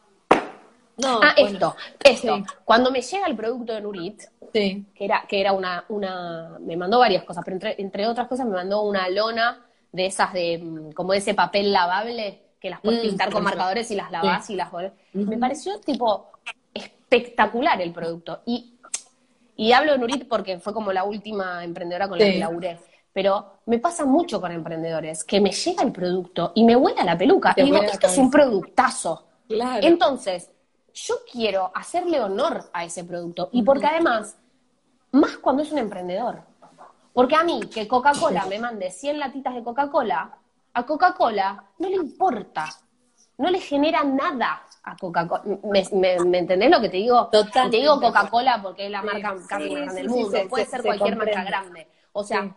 Esto. Sí. Cuando me llega el producto de Nurit, que era una me mandó varias cosas, pero entre otras cosas me mandó una lona de esas como ese papel lavable, que las puedes pintar con marcadores y las lavás y las volvés. Me pareció espectacular el producto. Y hablo de Nurit porque fue como la última emprendedora con la que laburé. Pero me pasa mucho con emprendedores, que me llega el producto y me vuela la peluca. Y digo, esto es un productazo. Claro. Entonces, yo quiero hacerle honor a ese producto. Y porque además, más cuando es un emprendedor. Porque a mí, que Coca-Cola me mande 100 latitas de Coca-Cola, a Coca-Cola no le importa. No le genera nada a Coca-Cola. ¿Me entendés lo que te digo? Totalmente. Te digo Coca-Cola porque es la marca casi más grande del mundo. Puede ser cualquier marca grande. O sea,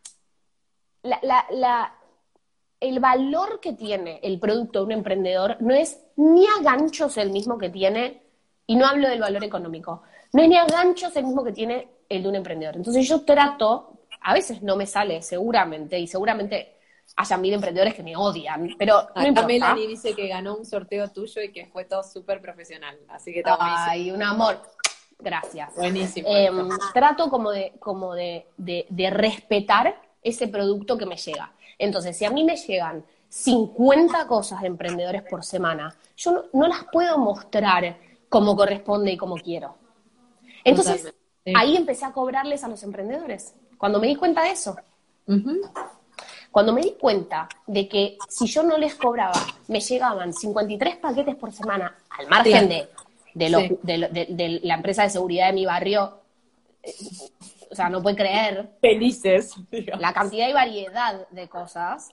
el valor que tiene el producto de un emprendedor no es ni a ganchos el mismo que tiene, y no hablo del valor económico, no es ni a ganchos el mismo que tiene el de un emprendedor. Entonces yo trato, a veces no me sale seguramente, y seguramente haya mil emprendedores que me odian, pero no importa. Melanie dice que ganó un sorteo tuyo y que fue todo súper profesional, así que está buenísimo. Ay, un amor. Gracias. Buenísimo. Trato como de respetar ese producto que me llega. Entonces, si a mí me llegan 50 cosas de emprendedores por semana, yo no las puedo mostrar como corresponde y como quiero. Entonces, ahí empecé a cobrarles a los emprendedores. Cuando me di cuenta de eso. Cuando me di cuenta de que si yo no les cobraba, me llegaban 53 paquetes por semana, al margen de la empresa de seguridad de mi barrio. O sea, no puede creer. Felices. La cantidad y variedad de cosas.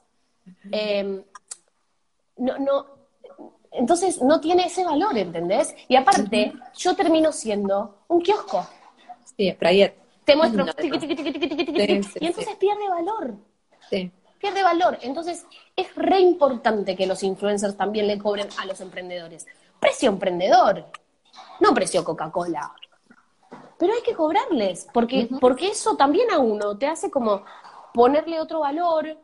Entonces no tiene ese valor, ¿entendés? Y aparte, yo termino siendo un kiosco. Sí, Sprayet. Te muestro y entonces pierde valor. Sí. Pierde valor. Entonces, es re importante que los influencers también le cobren a los emprendedores. Precio emprendedor, no precio Coca-Cola. Pero hay que cobrarles, porque eso también a uno te hace como ponerle otro valor.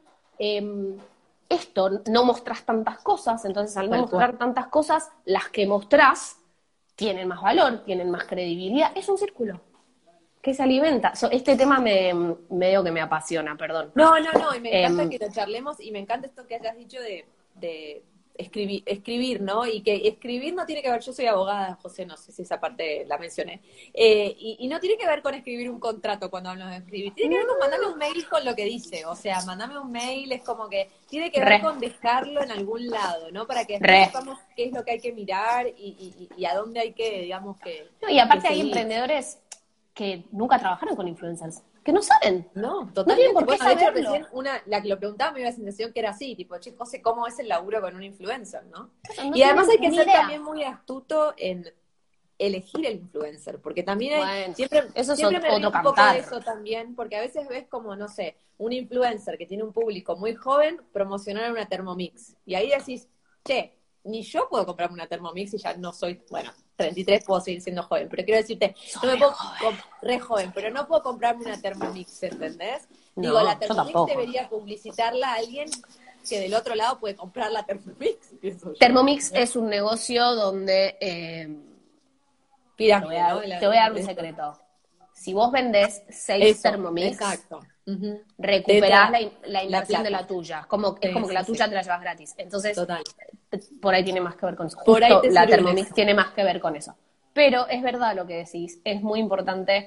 No mostrás tantas cosas, entonces al no mostrar tantas cosas, las que mostrás tienen más valor, tienen más credibilidad. Es un círculo que se alimenta. Este tema medio que me apasiona, perdón. No, y me encanta que lo charlemos, y me encanta esto que hayas dicho de escribir, ¿no? Y que escribir no tiene que ver, yo soy abogada, José, no sé si esa parte la mencioné, y no tiene que ver con escribir un contrato cuando hablo de escribir, tiene que ver con mandarme un mail con lo que dice, o sea, mandarme un mail es como que tiene que ver con dejarlo en algún lado, ¿no? Para que sepamos qué es lo que hay que mirar y a dónde hay que, digamos, que... No, y aparte hay emprendedores que nunca trabajaron con influencers, que no saben. No, totalmente. No tienen por qué saberlo. Recién la que lo preguntaba me dio la sensación que era así, tipo, che, José, ¿cómo es el laburo con un influencer, no? Y además hay que ser también muy astuto en elegir el influencer, porque también siempre me río un poco de eso también, porque a veces ves como, no sé, un influencer que tiene un público muy joven promocionar una Thermomix, y ahí decís, che, ni yo puedo comprarme una Thermomix y ya no soy, 33 puedo seguir siendo joven, pero quiero decirte, no me puedo re joven, pero no puedo comprarme una Thermomix, ¿entendés? Digo, la Thermomix debería publicitarla a alguien que del otro lado puede comprar la Thermomix. Thermomix es un negocio donde Pirámide, te voy a dar un secreto. Si vos vendés 6 Thermomix, exacto. recuperás la inversión de la tuya. Es como que la tuya te la llevas gratis. Entonces, total. Por ahí tiene más que ver con eso. Por ahí la Thermomix tiene más que ver con eso. Pero es verdad lo que decís. Es muy importante.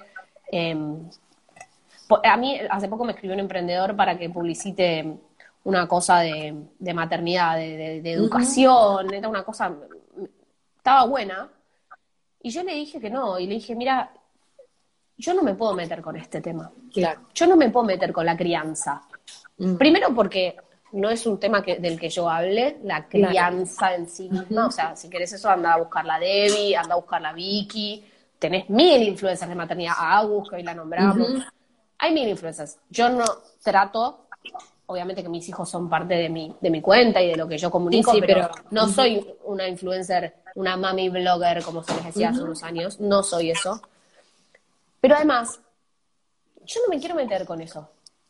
A mí, hace poco me escribió un emprendedor para que publicite una cosa de maternidad, de educación. Era una cosa. Estaba buena. Y yo le dije que no. Y le dije, mira, yo no me puedo meter con este tema. Claro. Yo no me puedo meter con la crianza. Primero porque no es un tema del que yo hable, la crianza en sí misma. O sea, si querés eso, anda a buscar la Debbie, anda a buscar la Vicky. Tenés 1000 influencers de maternidad. A Agus, que hoy la nombramos. Hay 1000 influencers. Yo no trato, obviamente que mis hijos son parte de mi cuenta y de lo que yo comunico, pero no soy una influencer, una mami blogger, como se les decía hace unos años. No soy eso. Pero además, yo no me quiero meter con eso.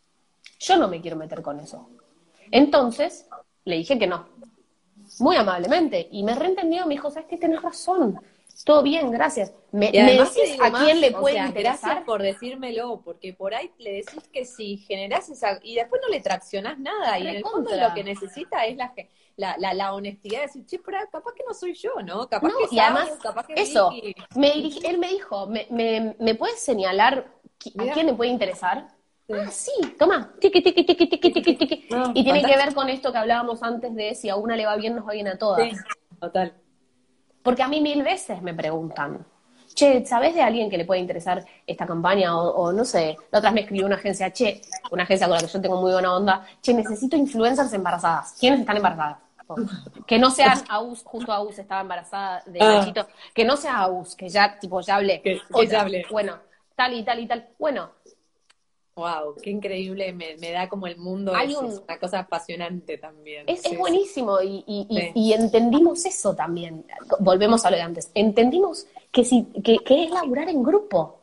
Entonces, le dije que no. Muy amablemente. Y me reentendió, me dijo, ¿sabes qué? Tenés razón. Todo bien, gracias. ¿Me decís a quién le puede interesar? Gracias por decírmelo, porque por ahí le decís que si generás esa... Y después no le traccionás nada. Y en el fondo lo que necesita es la honestidad de decir, che, pero capaz que no soy yo, ¿no? Capaz que y además, capaz que eso, Vicky. Él me dijo, ¿me puedes señalar a quién le puede interesar? Sí, toma, tiqui, tiqui, tiqui, tiqui, tiqui, tiqui. Y tiene que ver con esto que hablábamos antes de si a una le va bien, nos va bien a todas. Sí, total. Porque a mí 1000 veces me preguntan, che, ¿sabés de alguien que le puede interesar esta campaña? O no sé, la otra vez me escribió una agencia, una agencia con la que yo tengo muy buena onda, necesito influencers embarazadas. ¿Quiénes están embarazadas? Que no sean Agus, justo Agus estaba embarazada de Nachito, que no sea Agus, que ya hablé. Que ya hablé. Bueno, tal y tal y tal. Bueno. Wow, qué increíble, me da como el mundo, es una cosa apasionante también. Es buenísimo y entendimos eso también. Volvemos a lo de antes. Entendimos que es laburar en grupo.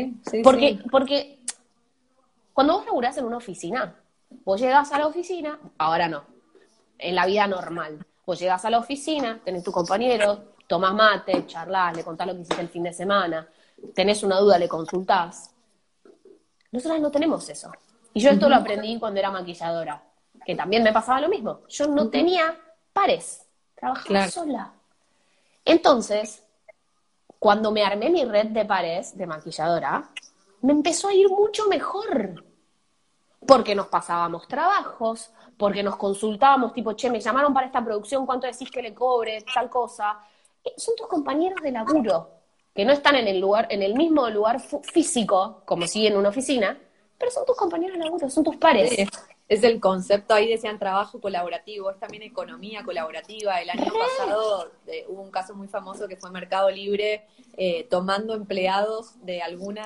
Porque cuando vos laburás en una oficina, vos llegás a la oficina, ahora no, en la vida normal, vos llegás a la oficina, tenés tu compañero, tomás mate, charlás, le contás lo que hiciste el fin de semana, tenés una duda, le consultás. Nosotras no tenemos eso. Y yo esto lo aprendí cuando era maquilladora, que también me pasaba lo mismo. Yo no tenía pares, trabajaba sola. Entonces, cuando me armé mi red de pares de maquilladora, me empezó a ir mucho mejor. Porque nos pasábamos trabajos, porque nos consultábamos, tipo, che, me llamaron para esta producción, ¿cuánto decís que le cobre? Tal cosa. Son tus compañeros de laburo, que no están en el mismo lugar físico, como si en una oficina, pero son tus compañeros de laburo, son tus pares. Sí, es el concepto, ahí decían trabajo colaborativo, es también economía colaborativa. El año pasado hubo un caso muy famoso que fue Mercado Libre, tomando empleados de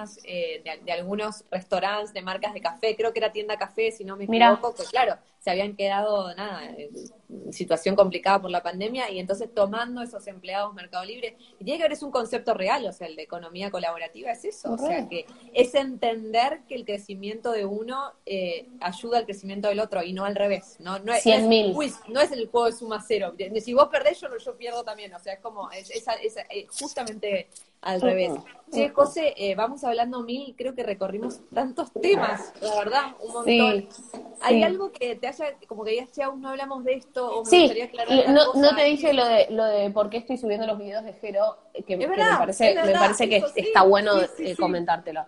algunos restaurantes, de marcas de café, creo que era Tienda Café, si no me equivoco, que claro, se habían quedado, en situación complicada por la pandemia, y entonces tomando esos empleados Mercado Libre, y tiene que ver, es un concepto real, o sea, el de economía colaborativa es eso, o sea, que es entender que el crecimiento de uno ayuda al crecimiento del otro, y no al revés, no es, 100.000. No es el juego de suma cero, si vos perdés, yo pierdo también, o sea, es como, es justamente al revés. Sí, José, vamos hablando creo que recorrimos tantos temas, la verdad, un montón. ¿Hay algo que te haya, como que digas, che, aún no hablamos de esto, o me gustaría aclarar no te dije lo de por qué estoy subiendo los videos de Jero, que me parece que está bueno comentártelo.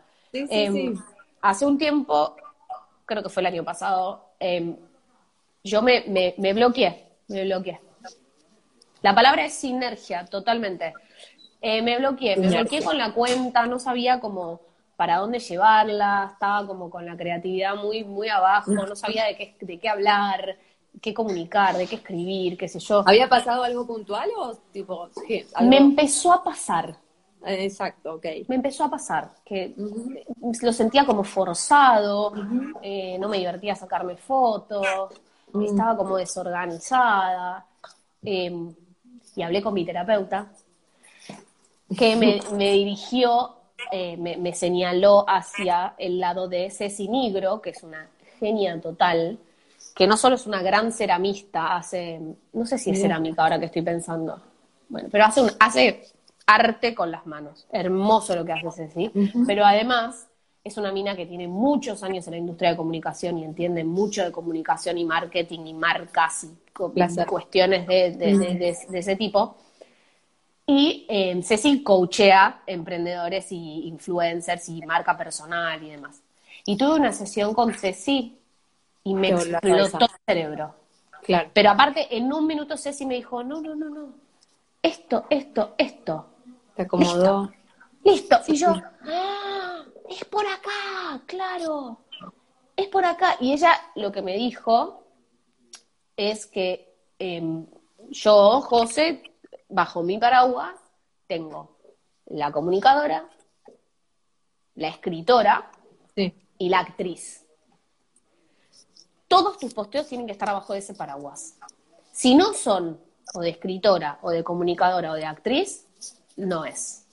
Hace un tiempo, creo que fue el año pasado, yo me bloqueé. La palabra es sinergia, totalmente. Me bloqueé con la cuenta, no sabía cómo para dónde llevarla, estaba como con la creatividad muy, muy abajo, no sabía de qué hablar, qué comunicar, de qué escribir, qué sé yo. ¿Había pasado algo puntual o tipo? Me empezó a pasar. Exacto, ok. Me empezó a pasar, que lo sentía como forzado, no me divertía sacarme fotos, estaba como desorganizada, y hablé con mi terapeuta, que me dirigió, me señaló hacia el lado de Ceci Nigro, que es una genia total, que no solo es una gran ceramista, no sé si es cerámica ahora que estoy pensando, bueno, pero hace arte con las manos. Hermoso lo que hace Ceci. Pero además es una mina que tiene muchos años en la industria de comunicación y entiende mucho de comunicación y marketing y marcas y cuestiones de ese tipo. Y Ceci coachea emprendedores y influencers y marca personal y demás. Y tuve una sesión con Ceci y me explotó el cerebro. Claro. Pero aparte, en un minuto Ceci me dijo, no. Esto. Te acomodó. Listo. Y yo, es por acá, claro. Es por acá. Y ella lo que me dijo es que yo, José, bajo mi paraguas, tengo la comunicadora, la escritora y la actriz. Todos tus posteos tienen que estar abajo de ese paraguas. Si no son o de escritora, o de comunicadora, o de actriz, no es.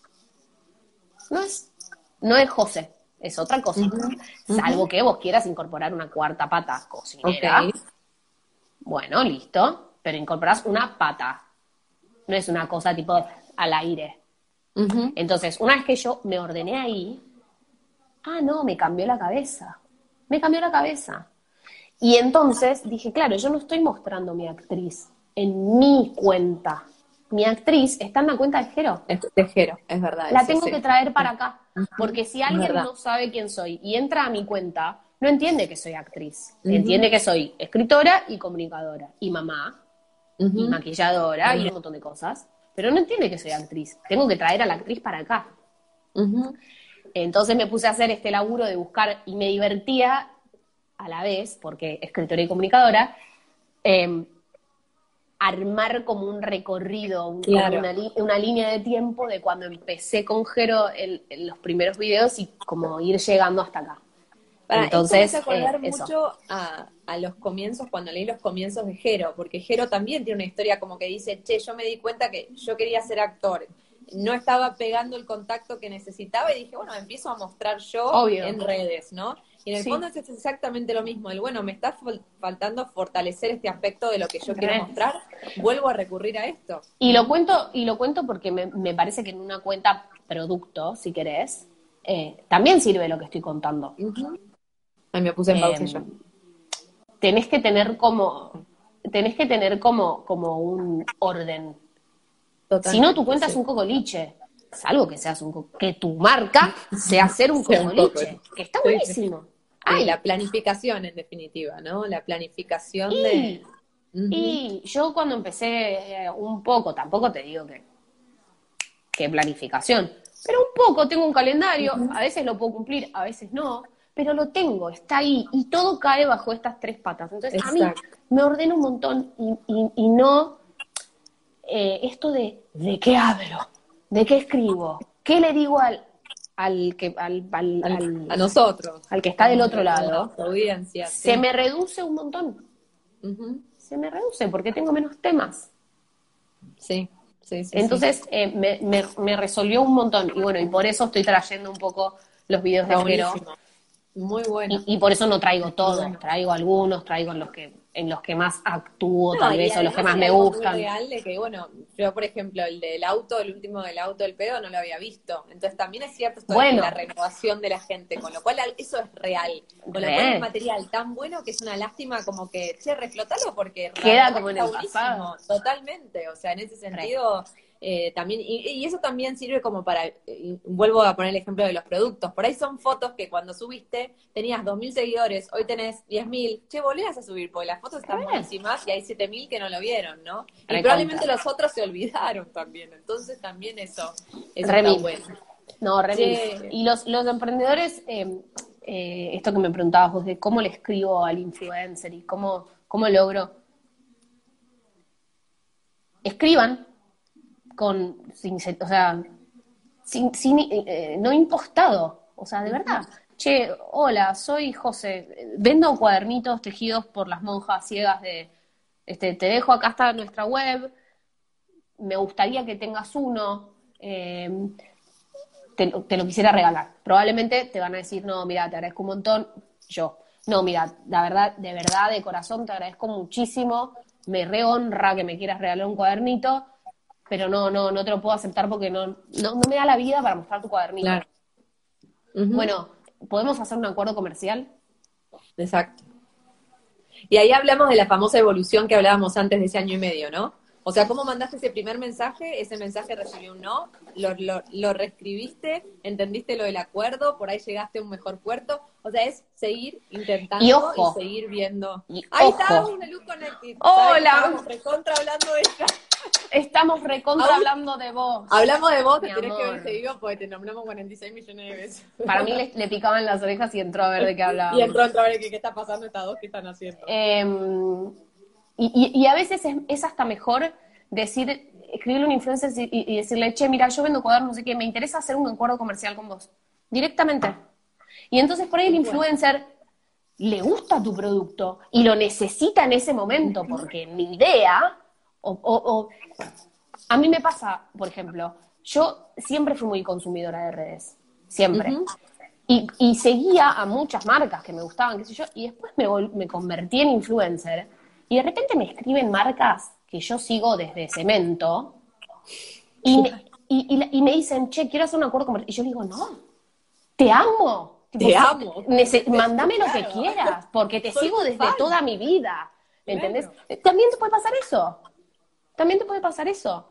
No es José, es otra cosa. Salvo que vos quieras incorporar una cuarta pata cocinera. Bueno, listo, pero incorporás una pata. No es una cosa tipo al aire. Entonces, una vez que yo me ordené ahí, no, me cambió la cabeza. Y entonces dije, claro, yo no estoy mostrando mi actriz en mi cuenta. Mi actriz está en la cuenta de Jero. De Jero, es verdad. La tengo que traer para acá. Porque si alguien no sabe quién soy y entra a mi cuenta, no entiende que soy actriz. Entiende que soy escritora y comunicadora. Y mamá. Y maquilladora y un montón de cosas. Pero no entiende que soy actriz. Tengo que traer a la actriz para acá. Entonces me puse a hacer este laburo de buscar y me divertía a la vez, porque escritora y comunicadora, armar como un recorrido, una línea de tiempo de cuando empecé con Jero en los primeros videos y como ir llegando hasta acá. Entonces, esto me hace acordar mucho a los comienzos, cuando leí los comienzos de Jero, porque Jero también tiene una historia como que dice, yo me di cuenta que yo quería ser actor, no estaba pegando el contacto que necesitaba y dije, bueno, empiezo a mostrar yo en redes, ¿no? Y en el fondo es exactamente lo mismo, me está faltando fortalecer este aspecto de lo que yo quiero mostrar, vuelvo a recurrir a esto. Y lo cuento porque me parece que en una cuenta producto, si querés, también sirve lo que estoy contando. Ay, me puse en pausa yo. Tenés que tener como un orden. Totalmente, si no, tu cuenta es un cocoliche. Salvo que seas que tu marca sea ser un cocoliche. Que está buenísimo. Y la planificación, en definitiva, ¿no? La planificación Y yo cuando empecé un poco, tampoco te digo que planificación, pero un poco tengo un calendario, a veces lo puedo cumplir, a veces no, pero lo tengo, está ahí, y todo cae bajo estas tres patas. Entonces, a mí me ordeno un montón y no esto de qué hablo, de qué escribo, qué le digo a nosotros, al que está del otro lado, audiencia, se me reduce un montón. Se me reduce porque tengo menos temas. Sí. Entonces me resolvió un montón y bueno, y por eso estoy trayendo un poco los videos de Jero. Muy bueno. Y por eso no traigo todos, traigo algunos, traigo en los que más actúo tal vez, o los que más me gustan. Es real de que, bueno, yo por ejemplo, el último del auto del pedo no lo había visto. Entonces también es cierto esto de la renovación de la gente, con lo cual eso es real. Con lo cual es material tan bueno que es una lástima como que, reflotalo porque queda como en el pasado. Totalmente, o sea, en ese sentido... también y eso también sirve como para, vuelvo a poner el ejemplo de los productos, por ahí son fotos que cuando subiste tenías 2.000 seguidores, hoy tenés 10.000, volvés a subir porque las fotos están buenísimas y hay 7.000 que no lo vieron, ¿no? Y probablemente los otros se olvidaron también, entonces también eso está bueno. No, y los emprendedores, esto que me preguntabas vos de cómo le escribo al influencer y cómo logro, escriban no impostado, o sea, de verdad. Che, hola, soy José, vendo cuadernitos tejidos por las monjas ciegas te dejo, acá está nuestra web, me gustaría que tengas uno, te lo quisiera regalar. Probablemente te van a decir, no, mira, te agradezco un montón, yo. No, mira, la verdad, de corazón te agradezco muchísimo. Me rehonra que me quieras regalar un cuadernito, pero no te lo puedo aceptar porque no me da la vida para mostrar tu cuadernito. Claro. Ujú. Bueno, ¿podemos hacer un acuerdo comercial? Exacto. Y ahí hablamos de la famosa evolución que hablábamos antes de ese 1 año y medio, ¿no? O sea, ¿cómo mandaste ese primer mensaje? Ese mensaje recibió un no, lo reescribiste, entendiste lo del acuerdo, por ahí llegaste a un mejor puerto. O sea, es seguir intentando Y ojo, y seguir viendo. y Ahí está, ojo. una luz connected. Hola. Estábamos recontra hablando de ella. Estamos recontra hablando de vos. Hablamos de vos, Mi te tenés que ver amor. este video porque te nombramos 46 millones de veces. Para mí le picaban las orejas y entró a ver de qué hablábamos. Y entró a ver qué está pasando estas dos, qué están haciendo. Y a veces es hasta mejor escribirle a un influencer y decirle, che, mira, yo vendo cuadernos, no sé qué, me interesa hacer un acuerdo comercial con vos. Directamente. Y entonces por ahí el influencer le gusta tu producto y lo necesita en ese momento, porque mi idea, a mí me pasa, por ejemplo, yo siempre fui muy consumidora de redes, siempre. Ujú. Y seguía a muchas marcas que me gustaban, qué sé yo, y después me convertí en influencer, y de repente me escriben marcas que yo sigo desde Cemento, y me dicen, che, quiero hacer un acuerdo comercial. Y yo digo, no, te amo. Te amo. Mándame lo que Claro. quieras, porque te Soy sigo tu desde fan. toda mi vida. ¿Entendés? Claro. También te puede pasar eso. También te puede pasar eso.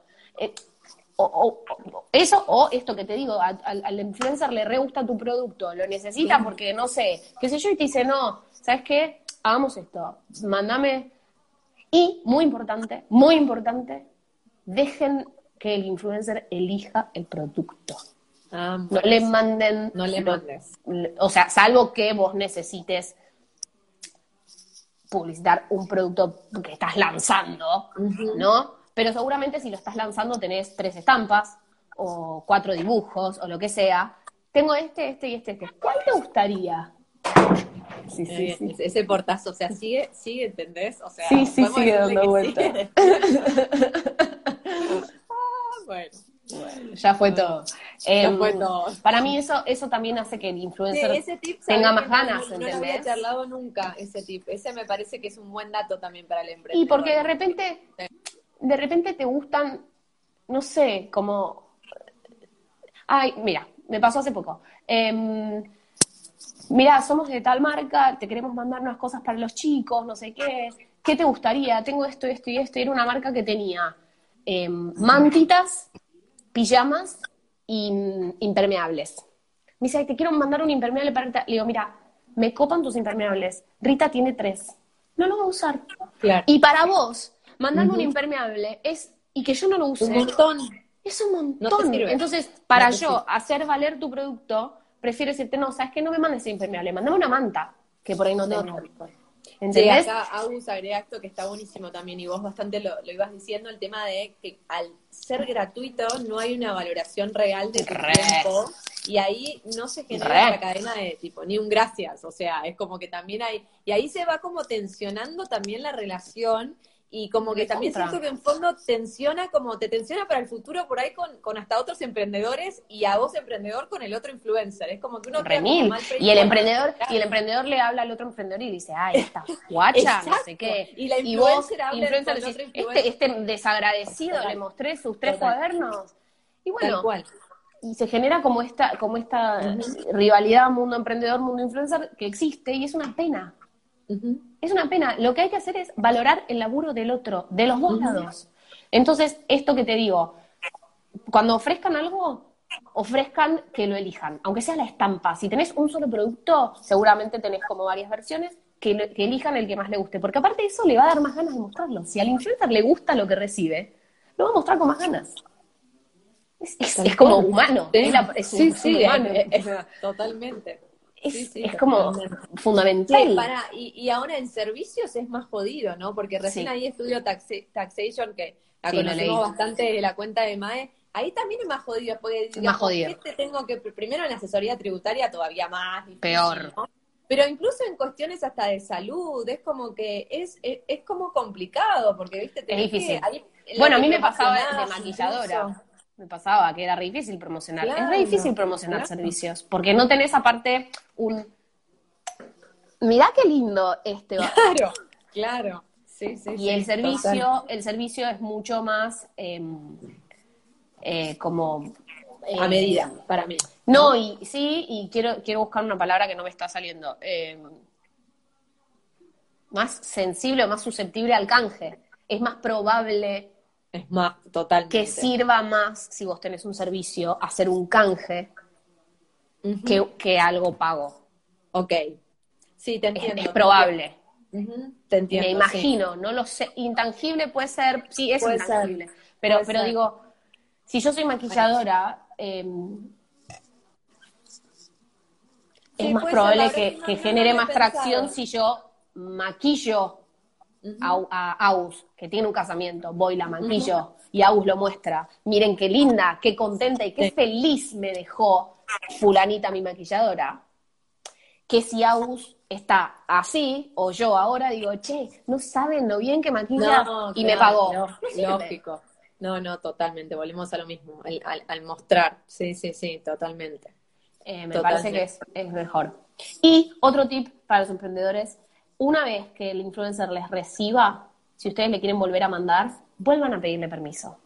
Eso, o esto que te digo, al influencer le re gusta tu producto, lo necesita porque, no sé, qué sé yo, y te dice, no, ¿sabes qué? Hagamos esto, mándame. Y, muy importante, dejen que el influencer elija el producto. No le manden... No le mandes. O sea, salvo que vos necesites publicitar un producto que estás lanzando, ¿no? Pero seguramente si lo estás lanzando tenés 3 estampas o 4 dibujos o lo que sea. Tengo este y este. ¿Cuál te gustaría? Sí. Ese portazo, o sea, sigue, ¿entendés? O sea, Sí, podemos sigue decirle dando que vuelta. Bueno, Ya fue todo. ya fue todo. Para mí eso también hace que el Sí, influencer ese tip, tenga ¿sabés más que ganas, no lo había ¿entendés? charlado nunca, ese tip. Ese me parece que es un buen dato también para el Y emprendedor. porque de repente te gustan, no sé, como... Ay, mira, me pasó hace poco. Mira, somos de tal marca, te queremos mandar unas cosas para los chicos, no sé qué. ¿Qué te gustaría? Tengo esto y esto. Y era una marca que tenía mantitas, pijamas y impermeables. Me dice, ay, te quiero mandar un impermeable para Rita. Le digo, mira, me copan tus impermeables. Rita tiene 3. No lo va a usar. Claro. Y para vos, mandarme un impermeable y que yo no lo use. Un montón. Es un montón. No te sirve. Entonces, para No te sirve. hacer valer tu producto, prefiero decirte, no, ¿sabes qué? No me mandes ese impermeable, mandame una manta, que por ahí no tengo. Sí, ¿Entendés? acá Agus agrega esto que está buenísimo también, y vos bastante lo ibas diciendo, el tema de que al ser gratuito no hay una valoración real de tu tiempo, y ahí no se genera la cadena de tipo, ni un gracias, o sea, es como que también hay, y ahí se va como tensionando también la relación, y como que también siento que en fondo te tensiona para el futuro por ahí con hasta otros emprendedores, y a vos emprendedor con el otro influencer, es como que uno queda como mal y el emprendedor le habla al otro emprendedor y dice, ay, esta guacha, no sé qué. Y la influencer habla influencer con el decís, otro influencer. este desagradecido le mostré sus 3 cuadernos. Y bueno, tal cual. Y se genera como esta rivalidad mundo emprendedor, mundo influencer que existe, y es una pena. Es una pena. Lo que hay que hacer es valorar el laburo del otro, de los dos lados. Entonces, esto que te digo, cuando ofrezcan algo, ofrezcan que lo elijan, aunque sea la estampa. Si tenés un solo producto, seguramente tenés como varias versiones, que elijan el que más le guste, porque aparte de eso le va a dar más ganas de mostrarlo. Si al influencer le gusta lo que recibe, lo va a mostrar con más ganas. Es como humano. Sí, es humano. Totalmente. Es como fundamental. Y ahora en servicios es más jodido, ¿no? Porque recién ahí estudio Taxation, que la conocemos bastante de la cuenta de Mae. Ahí también es más jodido, porque digamos, más jodido. ¿qué te tengo que primero en la asesoría tributaria todavía más difícil, peor, ¿no? Pero incluso en cuestiones hasta de salud, es como que es como complicado, porque viste, es difícil. Bueno, a mí me pasaba de maquilladora. Incluso. Me pasaba que era re difícil promocionar. Es re difícil promocionar servicios, porque no tenés aparte Mirá qué lindo este va. Claro, claro. Sí, sí, Y sí, el servicio es mucho más como a medida, para mí, no, ¿no? y sí, y quiero buscar una palabra que no me está saliendo. Más sensible o más susceptible al canje. Es más probable Es más, que totalmente. sirva más si vos tenés un servicio hacer un canje Ujú. que algo pago. Ok. Sí, te Es entiendo, te entiendo. probable. Ujú. Te Me entiendo, sí. imagino, no lo sé. Intangible puede ser, sí, es Puede ser, intangible. puede Pero ser. digo, si yo soy Bueno, maquilladora, es sí, más puede ser. La probable verdad que que no lo genere había más tracción pensado. si yo maquillo Ujú, a Aus, que tiene un casamiento, voy, la ujú. maquillo y Aus lo muestra. Miren qué linda, qué contenta y qué Sí, feliz me dejó fulanita mi maquilladora. Que si Aus está así, o yo ahora digo, che, no saben lo bien que maquilla no, y me claro, pagó. No sirve. lógico. No, no, totalmente. Volvemos a lo mismo, al mostrar. Sí, sí, sí, totalmente. Me parece que Totalmente. es mejor. Y otro tip para los emprendedores, una vez que el influencer les reciba, si ustedes le quieren volver a mandar, vuelvan a pedirle permiso.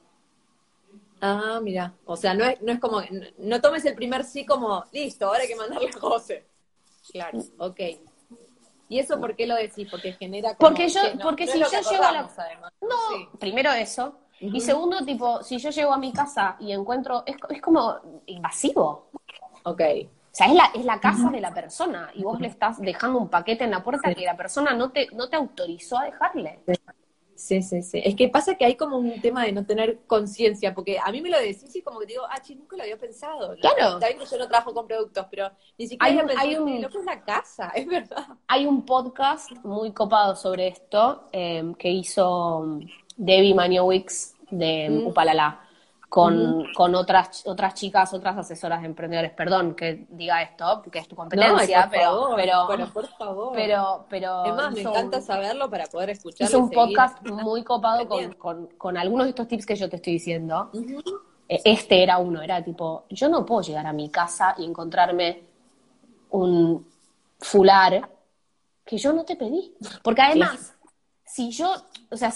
Ah, mira. O sea, no es como, no tomes el primer sí como, listo, ahora hay que mandarle a José. Claro, ok. ¿Y eso por qué lo decís? Porque genera como, che, no, Porque no es si lo que yo llego a acordamos, la... además. Sí. No, primero eso. Y Ujú. segundo, tipo, si yo llego a mi casa y encuentro... Es como invasivo. Ok. O sea, es la casa de la persona y vos le estás dejando un paquete en la puerta Sí. que la persona no te autorizó a dejarle. Sí, sí, sí. Es que pasa que hay como un tema de no tener conciencia, porque a mí me lo decís y como que digo, che, nunca lo había pensado. Está Claro, bien que yo no trabajo con productos, pero ni siquiera había hay pensado, che, un, loco es la casa, es verdad. hay un podcast muy copado sobre esto que hizo Debbie Maniowicz de Mm, Upalala ujú. con otras chicas, otras asesoras de emprendedores. Perdón que diga esto, porque es tu No, ay, competencia, pero por favor. Es pero más, me encanta saberlo para poder hizo escucharlo y un seguir podcast muy copado aprendiendo. con algunos de estos tips que yo te estoy diciendo. Ujú. Este era uno, era tipo, yo no puedo llegar a mi casa y encontrarme un fular que yo no te pedí. Porque Claro. además, si yo, o sea,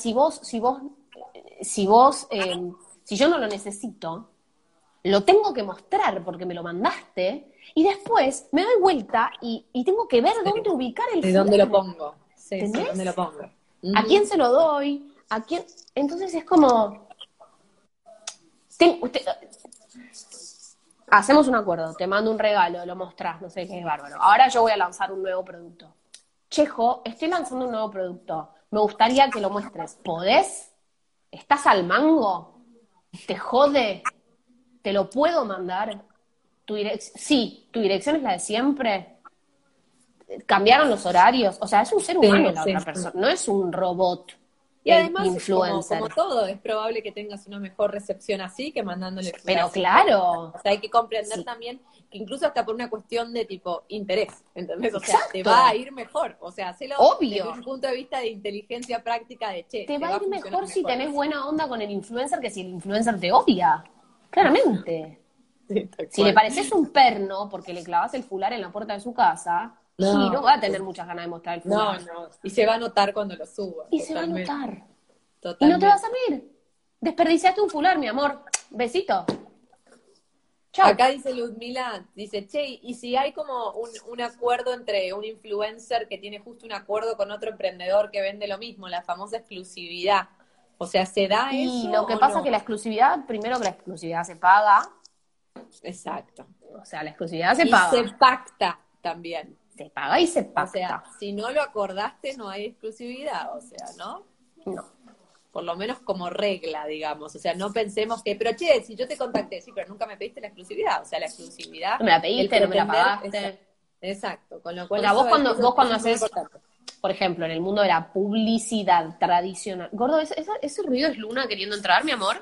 si vos, si yo no lo necesito, lo tengo que mostrar porque me lo mandaste y después me doy vuelta y tengo que ver Sí. dónde ubicar el ¿De dónde lo fular. pongo? Sí, sí, ¿dónde lo ¿Entendés? pongo? ¿A quién Ujú. se lo doy? ¿A quién? Entonces es como, ten- usted- hacemos un acuerdo, te mando un regalo, lo mostrás, no sé qué es bárbaro. Ahora yo voy a lanzar un nuevo producto. Chejo, estoy lanzando un nuevo producto. Me gustaría que lo muestres. ¿Podés? ¿Estás al mango? ¿Te jode? ¿Te lo puedo mandar? Sí, tu dirección es la de siempre. ¿Cambiaron los horarios? O sea, es un ser Sí, humano la sí, otra sí. persona, no es un robot Y el además, como influencer. todo, es probable que tengas una mejor recepción así que mandándole el fular Pero sin preguntar. claro, O sea, hay que comprender sí, también que incluso hasta por una cuestión de tipo interés, ¿entendés? O sea, te va a exacto, ir mejor. O sea, hacelo desde obvio. un punto de vista de inteligencia práctica de, che, Te te va a va a ir funcionar mejor si mejor tenés así. buena onda con el influencer que si el influencer te odia. Claramente. Sí, tal Si le cual. pareces un perno porque le clavas el fular en la puerta de su casa, y no No, va a tener muchas ganas de mostrar el no, fular. no. Y se va a notar cuando lo suba, Y se va a totalmente, notar. Y no te va a totalmente. servir. Desperdiciaste un fular, mi amor. Besito. Chau. Acá dice Ludmila, dice, che, y si hay como un acuerdo entre un influencer que tiene justo un acuerdo con otro emprendedor que vende lo mismo, la famosa exclusividad. O sea, ¿se da Y eso lo que o pasa es no? que la exclusividad, primero que la exclusividad se paga. Exacto. O sea, la exclusividad se Y se paga. pacta también. Se paga y se O sea, pacta. si no lo acordaste, no hay exclusividad. O sea, ¿no? No. Por lo menos como regla, digamos. O sea, no pensemos que, pero che, si yo te contacté, sí, pero nunca me pediste la exclusividad. O sea, la exclusividad, No me la el pediste, no me la pretender, pagaste. exacto. Con lo O cual sea, vos eso cuando es muy haces, importante. por ejemplo, en el mundo de la publicidad tradicional. Gordo, ese ruido es Luna queriendo entrar, mi amor?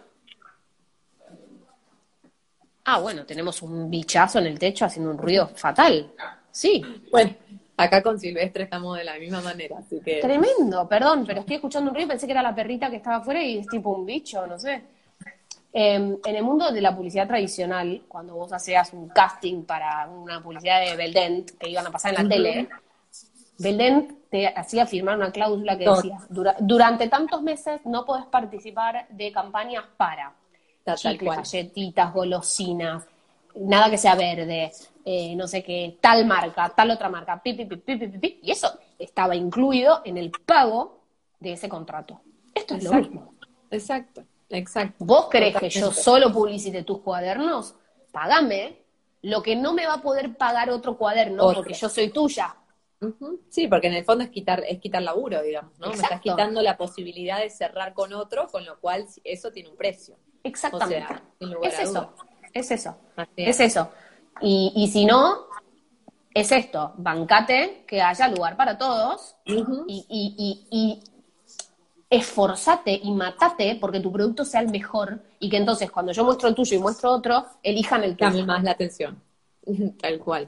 Ah, bueno, tenemos un bichazo en el techo haciendo un ruido fatal. Sí, Bueno, acá con Silvestre estamos de la misma manera, así que tremendo, perdón, pero estoy escuchando un ruido y pensé que era la perrita que estaba afuera y es tipo un bicho, no sé. En el mundo de la publicidad tradicional, cuando vos hacías un casting para una publicidad de Beldent que iban a pasar en la ujú, tele, Belén te hacía firmar una cláusula que decía, durante tantos meses no podés participar de campañas para chicles, galletitas, golosinas, nada que sea verde, no sé qué, tal marca, tal otra marca, y eso estaba incluido en el pago de ese contrato. Esto es lo mismo. Exacto. ¿Vos querés que yo solo publicite tus cuadernos? Págame lo que no me va a poder pagar otro cuaderno porque yo soy tuya. Sí, porque en el fondo es quitar laburo, digamos, ¿no? Exacto. Me estás quitando la posibilidad de cerrar con otro, con lo cual eso tiene un precio. Exactamente. O sea, sin lugar a dudas. Es eso. Y si no, es esto, bancate que haya lugar para todos y esforzate y matate porque tu producto sea el mejor y que entonces cuando yo muestro el tuyo y muestro otro, elijan el tuyo. Llame más la atención. Tal cual.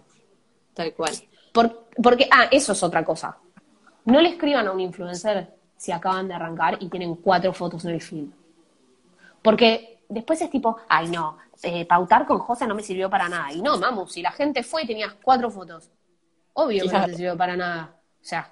Porque, eso es otra cosa. No le escriban a un influencer si acaban de arrancar y tienen 4 fotos en el feed. Porque después es tipo, ay no, pautar con José no me sirvió para nada. Y no, mamu, si la gente fue y tenías 4 fotos, obvio que no te sirvió para nada. O sea,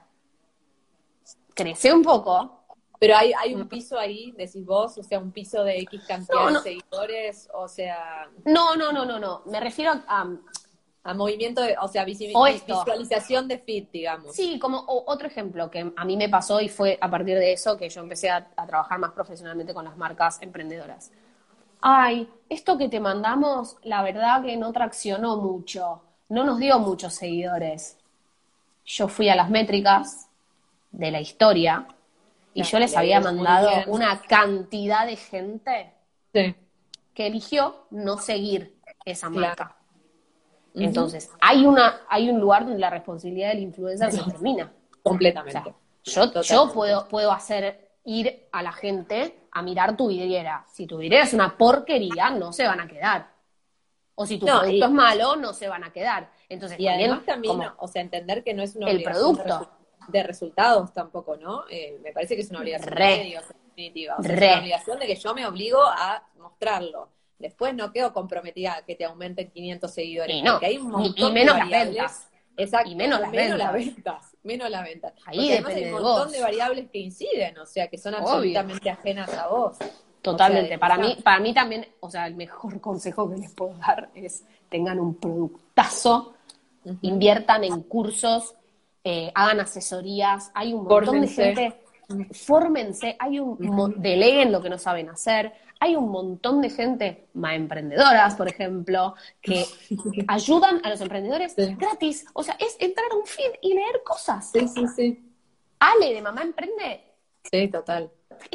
crece un poco. Pero hay un piso ahí, decís vos, o sea, un piso de X cantidad de seguidores, o sea... No. Me refiero a movimiento, o sea, visualización de feed, digamos. Sí, como otro ejemplo que a mí me pasó y fue a partir de eso que yo empecé a trabajar más profesionalmente con las marcas emprendedoras. Ay, esto que te mandamos, la verdad que no traccionó mucho, no nos dio muchos seguidores. Yo fui a las métricas de la historia y yo les había mandado una cantidad de gente que eligió no seguir esa marca. Entonces, hay un lugar donde la responsabilidad del influencer se termina. Completamente. O sea, yo puedo hacer ir a la gente a mirar tu vidriera. Si tu vidriera es una porquería, no se van a quedar. O si tu producto es malo, no se van a quedar. Entonces, y además también, o sea, entender que no es una obligación de resultados tampoco, ¿no? Me parece que es una obligación de medios, en definitiva. O sea, es una obligación de que yo me obligo a mostrarlo. Después no quedo comprometida a que te aumenten 500 seguidores. Porque hay un montón menos de variables. Las ventas. Exacto. Y menos las ventas. Menos las ventas. Ahí porque además hay un montón de de variables que inciden, o sea, que son absolutamente ajenas a vos. Totalmente. O sea, para mí también, o sea, el mejor consejo que les puedo dar es tengan un productazo, inviertan en cursos, hagan asesorías, hay un montón de gente, fórmense, deleguen lo que no saben hacer, hay un montón de gente, emprendedoras, por ejemplo, que ayudan a los emprendedores gratis. O sea, es entrar a un feed y leer cosas. Sí. Ale, de Mamá Emprende. Sí, total.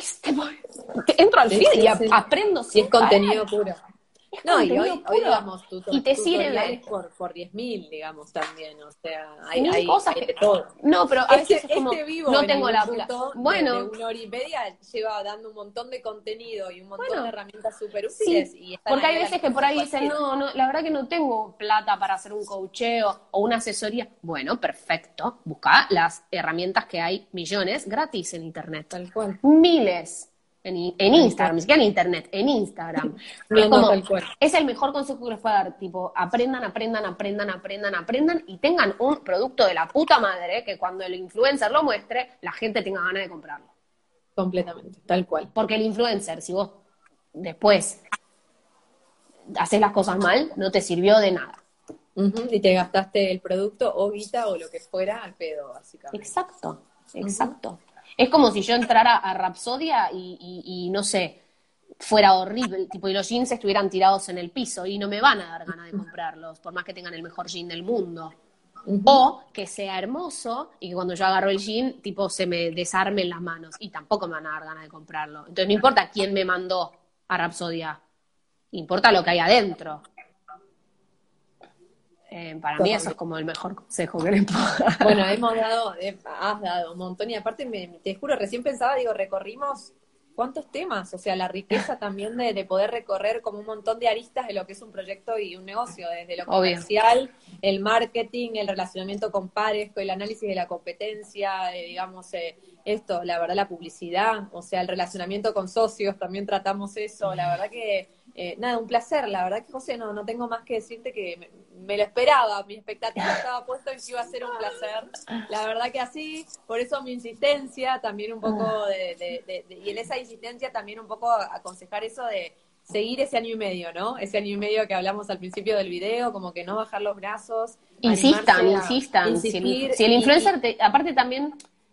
Entro al feed y aprendo. Y es contenido puro. No, y hoy digamos, y te sirve por 10.000, digamos, también, o sea, hay cosas que de todo. No, pero a veces es como, vivo no tengo la plata. Bueno, de 1 hora y media lleva dando un montón de contenido y un montón de herramientas súper útiles. Sí, y porque hay veces que por ahí dicen, no, la verdad que no tengo plata para hacer un coacheo o una asesoría. Bueno, perfecto, busca las herramientas que hay millones gratis en internet. Tal cual. Miles. En Instagram, ni siquiera en internet, en Instagram. Es el mejor consejo que les puedo dar, tipo, aprendan y tengan un producto de la puta madre que cuando el influencer lo muestre, la gente tenga ganas de comprarlo. Completamente, tal cual. Porque el influencer, si vos después haces las cosas mal, no te sirvió de nada. Y te gastaste el producto o guita o lo que fuera al pedo, básicamente. Exacto. Es como si yo entrara a Rapsodia y no sé, fuera horrible, tipo, y los jeans estuvieran tirados en el piso y no me van a dar ganas de comprarlos, por más que tengan el mejor jean del mundo. O que sea hermoso y que cuando yo agarro el jean, tipo, se me desarmen las manos y tampoco me van a dar ganas de comprarlo. Entonces no importa quién me mandó a Rapsodia, importa lo que hay adentro. Para mí eso es como el mejor consejo que les puedo dar. Bueno, has dado un montón y aparte te juro, recién pensaba, digo, recorrimos cuántos temas, o sea, la riqueza también de poder recorrer como un montón de aristas de lo que es un proyecto y un negocio, desde lo comercial, el marketing, el relacionamiento con pares, el análisis de la competencia, digamos, la verdad, la publicidad, o sea, el relacionamiento con socios, también tratamos eso, la verdad que nada, un placer. La verdad que, José, no tengo más que decirte que me lo esperaba. Mi expectativa estaba puesta en que iba a ser un placer. La verdad que así, por eso mi insistencia también un poco y en esa insistencia también un poco aconsejar eso de seguir ese año y medio, ¿no? Ese año y medio que hablamos al principio del video, como que no bajar los brazos, Insistan. insistir. Si el influencer, aparte también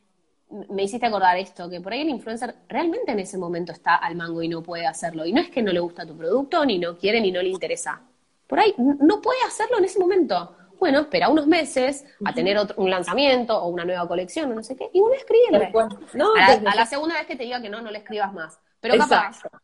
me hiciste acordar esto, que por ahí el influencer realmente en ese momento está al mango y no puede hacerlo. Y no es que no le gusta tu producto, ni no quiere, ni no le interesa. Por ahí no puede hacerlo en ese momento. Bueno, espera unos meses a tener un lanzamiento o una nueva colección o no sé qué, y vuelve a escribirle. No, a la segunda vez que te diga que no le escribas más. Pero capaz. Exacto.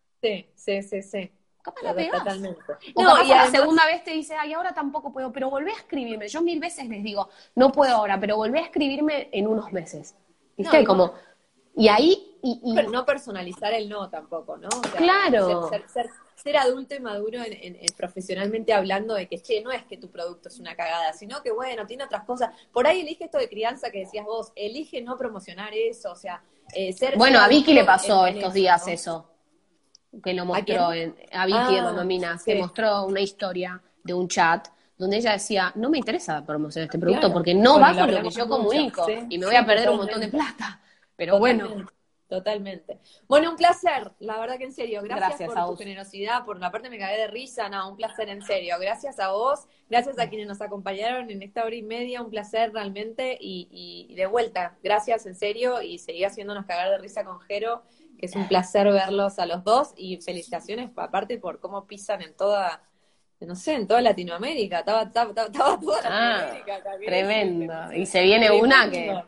Sí. Capaz la pegás. Totalmente. O capaz y además, la segunda vez te dice, ay, ahora tampoco puedo, pero volvé a escribirme. Yo 1000 veces les digo, no puedo ahora, pero volvé a escribirme en unos meses. ¿Viste? Como, y ahí... Pero no personalizar el no tampoco, ¿no? O sea, claro. Ser adulto y maduro profesionalmente hablando de que, che, no es que tu producto es una cagada, sino que, bueno, tiene otras cosas. Por ahí elige esto de crianza que decías vos, elige no promocionar eso, o sea, Bueno, a Vicky le pasó estos días, ¿no? Eso. Que lo mostró a Vicky de Monominas, que mostró una historia de un chat donde ella decía, no me interesa promocionar este producto porque no va con lo que yo comunico y me voy a perder un montón de plata. Pero bueno. Totalmente. Bueno, un placer, la verdad que en serio, gracias por tu generosidad, por la parte me cagué de risa, no, un placer en serio, gracias a vos, gracias a quienes nos acompañaron en esta hora y media, un placer realmente y de vuelta, gracias en serio y seguí haciéndonos cagar de risa con Jero, que es un placer verlos a los dos y felicitaciones aparte por cómo pisan en toda, no sé, en toda Latinoamérica, estaba toda Latinoamérica. Tremendo, y se viene una que...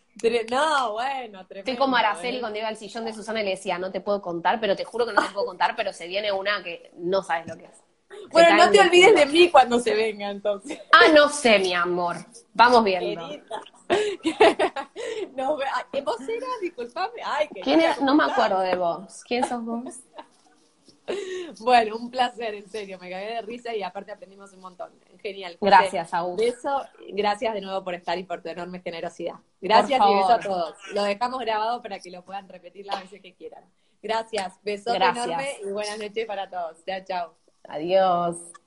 No, bueno, tremendo. Estoy como Araceli cuando iba al sillón de Susana y le decía, no te puedo contar, pero te juro que no te puedo contar, pero se viene una que no sabes lo que es. Bueno, no te olvides de mí cuando se venga, entonces. No sé, mi amor. Vamos viendo. No, ¿vos eras? Disculpame. Ay, ¿Quién era? No me acuerdo de vos. ¿Quién sos vos? Bueno, un placer, en serio, me cagué de risa y aparte aprendimos un montón. Genial. José. Gracias, Agus. Beso, gracias de nuevo por estar y por tu enorme generosidad. Gracias y beso a todos. Lo dejamos grabado para que lo puedan repetir las veces que quieran. Gracias, besote enorme y buenas noches para todos. Chao, chao. Adiós.